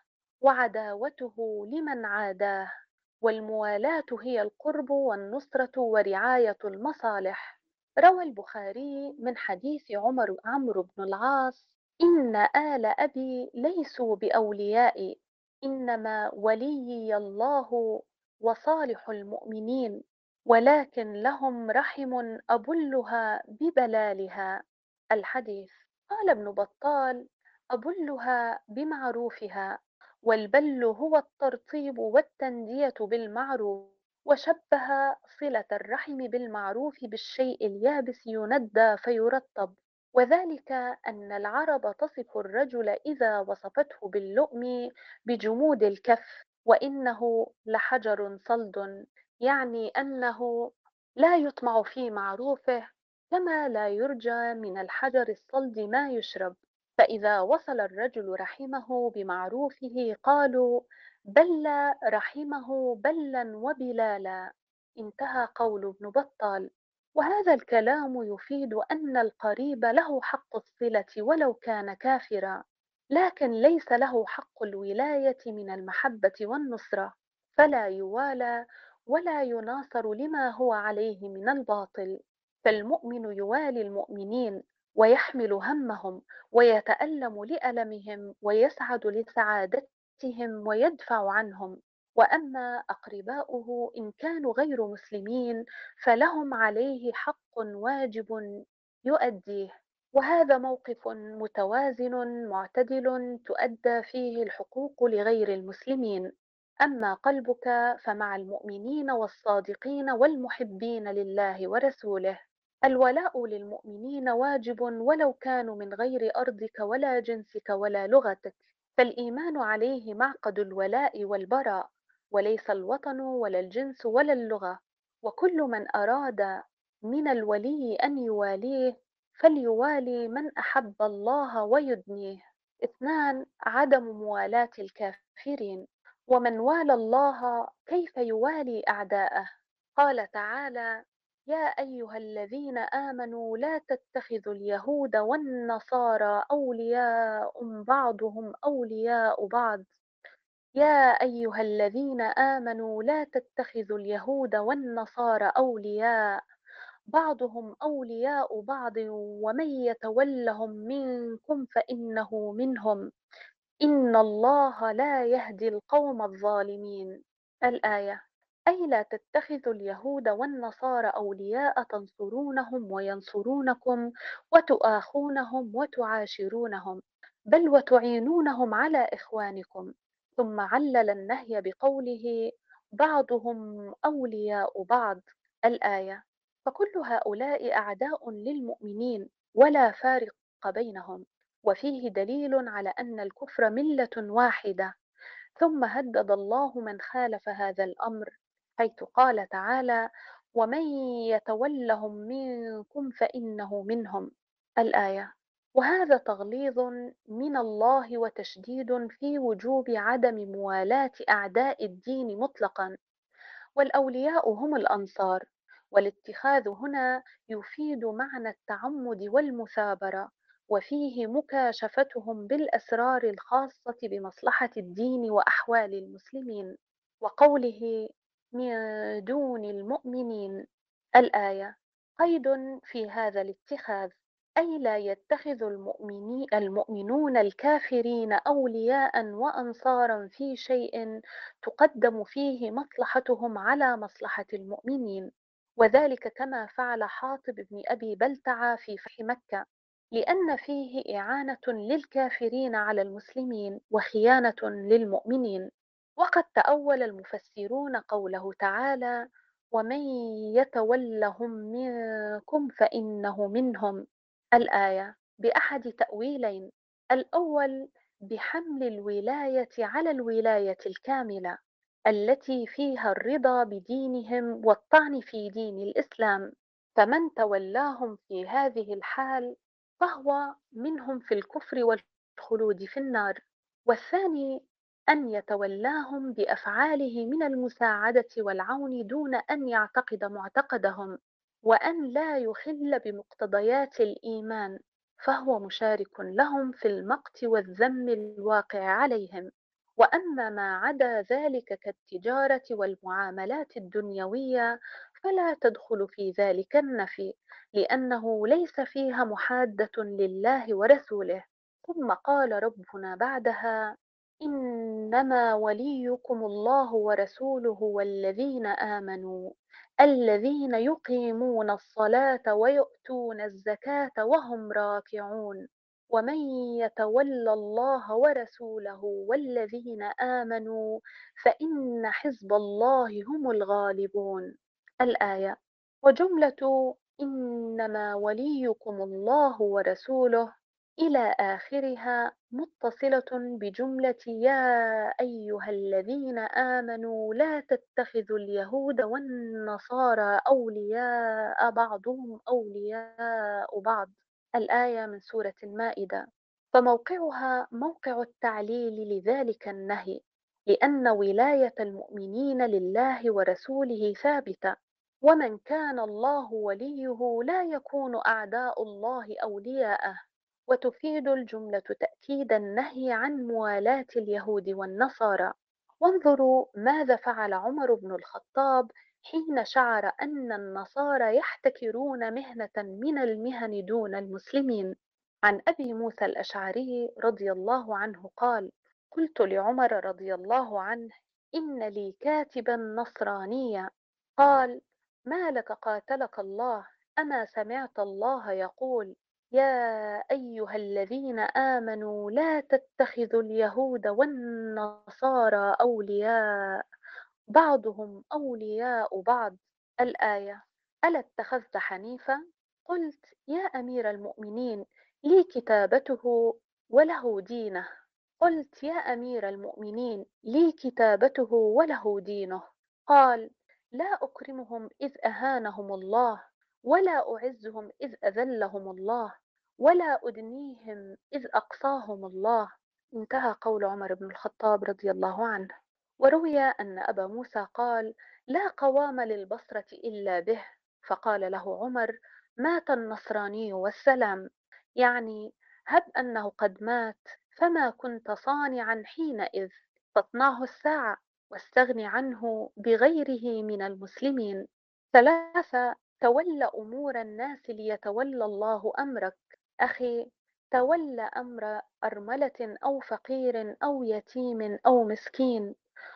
وعداوته لمن عاداه. والموالاة هي القرب والنصرة ورعاية المصالح. روى البخاري من حديث عمرو بن العاص: إن آل أبي ليسوا بأولياء، إنما وليي الله وصالح المؤمنين، ولكن لهم رحم أبلها ببلالها. الحديث. قال ابن بطال: أبلها بمعروفها، والبل هو الترطيب والتندية بالمعروف. وشبه صلة الرحم بالمعروف بالشيء اليابس يندى فيرطب، وذلك أن العرب تصف الرجل إذا وصفته باللؤم بجمود الكف، وإنه لحجر صلد، يعني أنه لا يطمع في معروفه، كما لا يرجى من الحجر الصلد ما يشرب. فإذا وصل الرجل رحمه بمعروفه قالوا: بل رحمه بلا وبلالا. انتهى قول ابن بطال. وهذا الكلام يفيد أن القريب له حق الصلة ولو كان كافرا، لكن ليس له حق الولاية من المحبة والنصرة، فلا يوالى ولا يناصر لما هو عليه من الباطل. فالمؤمن يوالي المؤمنين ويحمل همهم ويتألم لألمهم ويسعد لسعادتهم ويدفع عنهم. وأما أقرباؤه إن كانوا غير مسلمين فلهم عليه حق واجب يؤديه. وهذا موقف متوازن معتدل تؤدى فيه الحقوق لغير المسلمين. أما قلبك فمع المؤمنين والصادقين والمحبين لله ورسوله. الولاء للمؤمنين واجب ولو كانوا من غير أرضك ولا جنسك ولا لغتك، فالإيمان عليه معقد الولاء والبراء، وليس الوطن ولا الجنس ولا اللغة. وكل من أراد من الولي أن يواليه فليوالي من أحب الله ويدنيه. اثنان: عدم موالاة الكافرين. ومن والى الله كيف يوالي أعداءه؟ قال تعالى: يا أيها الذين آمنوا لا تتخذوا اليهود والنصارى أولياء بعضهم أولياء بعض. يا أيها الذين آمنوا لا تتخذوا اليهود والنصارى أولياء بعضهم أولياء بعض ومن يتولهم منكم فإنه منهم، إن الله لا يهدي القوم الظالمين. الآية. أي لا تتخذوا اليهود والنصارى أولياء تنصرونهم وينصرونكم وتؤاخونهم وتعاشرونهم، بل وتعينونهم على إخوانكم. ثم علل النهي بقوله: بعضهم أولياء بعض. الآية. فكل هؤلاء أعداء للمؤمنين ولا فارق بينهم، وفيه دليل على أن الكفر ملة واحدة. ثم هدد الله من خالف هذا الأمر، حيث قال تعالى: ومن يتولهم منكم فإنه منهم. الآية. وهذا تغليظ من الله وتشديد في وجوب عدم موالاة أعداء الدين مطلقا، والأولياء هم الأنصار. والاتخاذ هنا يفيد معنى التعمد والمثابرة، وفيه مكاشفتهم بالأسرار الخاصة بمصلحة الدين وأحوال المسلمين. وقوله: من دون المؤمنين. الآية. قيد في هذا الاتخاذ، أي لا يتخذ المؤمنون الكافرين أولياء وأنصارا في شيء تقدم فيه مصلحتهم على مصلحة المؤمنين، وذلك كما فعل حاطب بن أبي بلتعة في فتح مكة، لأن فيه إعانة للكافرين على المسلمين وخيانة للمؤمنين. وقد تأول المفسرون قوله تعالى: ومن يتولهم منكم فإنه منهم، الآية، بأحد تأويلين: الأول بحمل الولاية على الولاية الكاملة التي فيها الرضا بدينهم والطعن في دين الإسلام، فمن تولاهم في هذه الحال فهو منهم في الكفر والخلود في النار. والثاني أن يتولاهم بأفعاله من المساعدة والعون دون أن يعتقد معتقدهم، وأن لا يخل بمقتضيات الإيمان، فهو مشارك لهم في المقت والذم الواقع عليهم. وأما ما عدا ذلك كالتجارة والمعاملات الدنيوية فلا تدخل في ذلك النفي، لأنه ليس فيها محادة لله ورسوله. ثم قال ربنا بعدها: إنما وليكم الله ورسوله والذين آمنوا الذين يقيمون الصلاة ويؤتون الزكاة وهم راكعون، ومن يتول الله ورسوله والذين آمنوا فإن حزب الله هم الغالبون. الآية. وجملة إنما وليكم الله ورسوله إلى آخرها متصلة بجملة يا أيها الذين آمنوا لا تتخذوا اليهود والنصارى أولياء بعضهم أولياء بعض. الآية من سورة المائدة. فموقعها موقع التعليل لذلك النهي، لأن ولاية المؤمنين لله ورسوله ثابتة، ومن كان الله وليه لا يكون أعداء الله أولياءه. وتفيد الجملة تأكيد النهي عن موالاة اليهود والنصارى. وانظروا ماذا فعل عمر بن الخطاب حين شعر أن النصارى يحتكرون مهنة من المهن دون المسلمين. عن أبي موسى الأشعري رضي الله عنه قال: قلت لعمر رضي الله عنه: إن لي كاتبا نصرانيا. قال: ما لك قاتلك الله، أما سمعت الله يقول: يا أيها الذين آمنوا لا تتخذوا اليهود والنصارى أولياء بعضهم أولياء بعض. الآية. ألا اتخذت حنيفا؟ قلت: يا أمير المؤمنين، لي كتابته وله دينه. قلت: يا أمير المؤمنين، لي كتابته وله دينه. قال: لا أكرمهم إذ أهانهم الله، ولا أعزهم إذ أذلهم الله، ولا أدنيهم إذ أقصاهم الله. انتهى قول عمر بن الخطاب رضي الله عنه. وروي أن أبا موسى قال: لا قوام للبصرة إلا به. فقال له عمر: مات النصراني والسلام، يعني هب أنه قد مات، فما كنت صانعا حينئذ، فاصنعه الساعة واستغن عنه بغيره من المسلمين. ثلاثة. تول أمور الناس ليتولى الله أمرك. أخي، تول أمر أرملة أو فقير أو يتيم أو مسكين،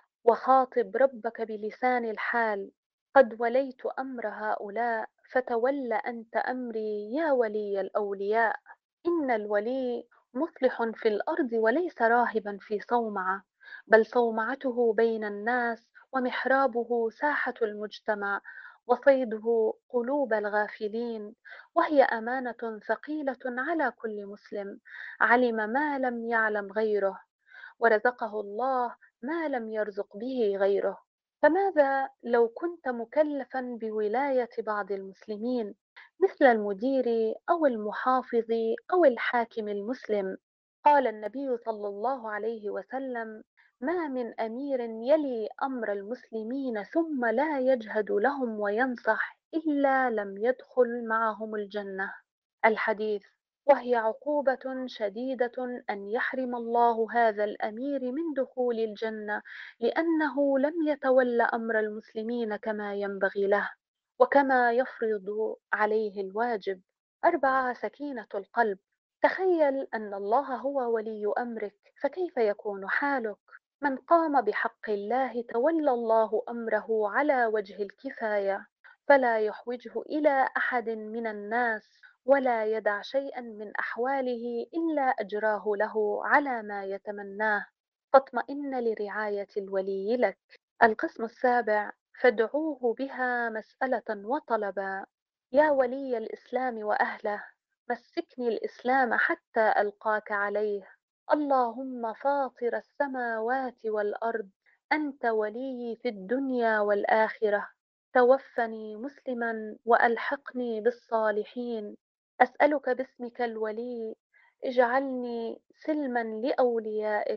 وخاطب ربك بلسان الحال: قد وليت أمر هؤلاء فتول أنت أمري يا ولي الأولياء. إن الولي مصلح في الأرض وليس راهبا في صومعة، بل صومعته بين الناس، ومحرابه ساحة المجتمع، وصيده قلوب الغافلين. وهي أمانة ثقيلة على كل مسلم علم ما لم يعلم غيره، ورزقه الله ما لم يرزق به غيره. فماذا لو كنت مكلفا بولاية بعض المسلمين، مثل المدير أو المحافظ أو الحاكم المسلم؟ قال النبي صلى الله عليه وسلم: ما من أمير يلي أمر المسلمين ثم لا يجهد لهم وينصح إلا لم يدخل معهم الجنة. الحديث. وهي عقوبة شديدة أن يحرم الله هذا الأمير من دخول الجنة، لأنه لم يتول أمر المسلمين كما ينبغي له وكما يفرض عليه الواجب. 4. سكينة القلب. تخيل أن الله هو ولي أمرك، فكيف يكون حالك؟ من قام بحق الله تولى الله أمره على وجه الكفاية، فلا يحوجه إلى أحد من الناس، ولا يدع شيئا من أحواله إلا أجراه له على ما يتمناه، فاطمئن لرعاية الولي لك. القسم السابع. فادعوه بها مسألة وطلبا. يا ولي الإسلام وأهله، مسكني الإسلام حتى ألقاك عليه. اللهم فاطر السماوات والأرض، أنت ولي في الدنيا والآخرة، توفني مسلما وألحقني بالصالحين. أسألك باسمك الولي، اجعلني سلما لأوليائك،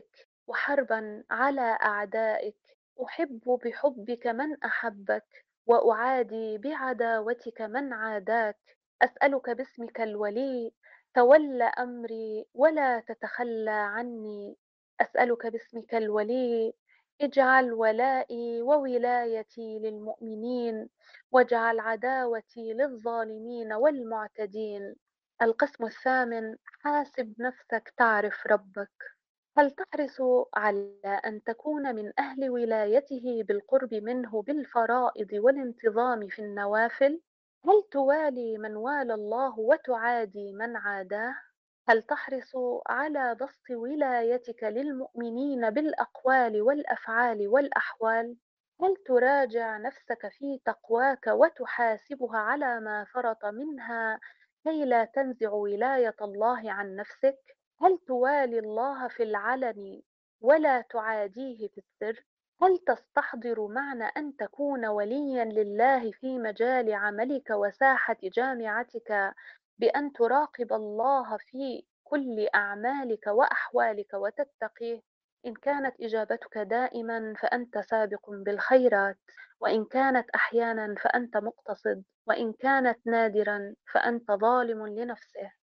وحربا على أعدائك. أحب بحبك من أحبك، وأعادي بعداوتك من عاداك. أسألك باسمك الولي، تول أمري ولا تتخلى عني. أسألك باسمك الولي، اجعل ولائي وولايتي للمؤمنين، واجعل عداوتي للظالمين والمعتدين. القسم الثامن: حاسب نفسك تعرف ربك. هل تحرص على أن تكون من أهل ولايته بالقرب منه بالفرائض والانتظام في النوافل؟ هل توالي من والى الله وتعادي من عاداه؟ هل تحرص على بسط ولايتك للمؤمنين بالأقوال والأفعال والأحوال؟ هل تراجع نفسك في تقواك وتحاسبها على ما فرط منها كي لا تنزع ولاية الله عن نفسك؟ هل توالي الله في العلن ولا تعاديه في السر؟ هل تستحضر معنى أن تكون وليا لله في مجال عملك وساحة جامعتك بأن تراقب الله في كل أعمالك وأحوالك وتتقيه؟ إن كانت إجابتك دائما فأنت سابق بالخيرات، وإن كانت أحيانا فأنت مقتصد، وإن كانت نادرا فأنت ظالم لنفسه.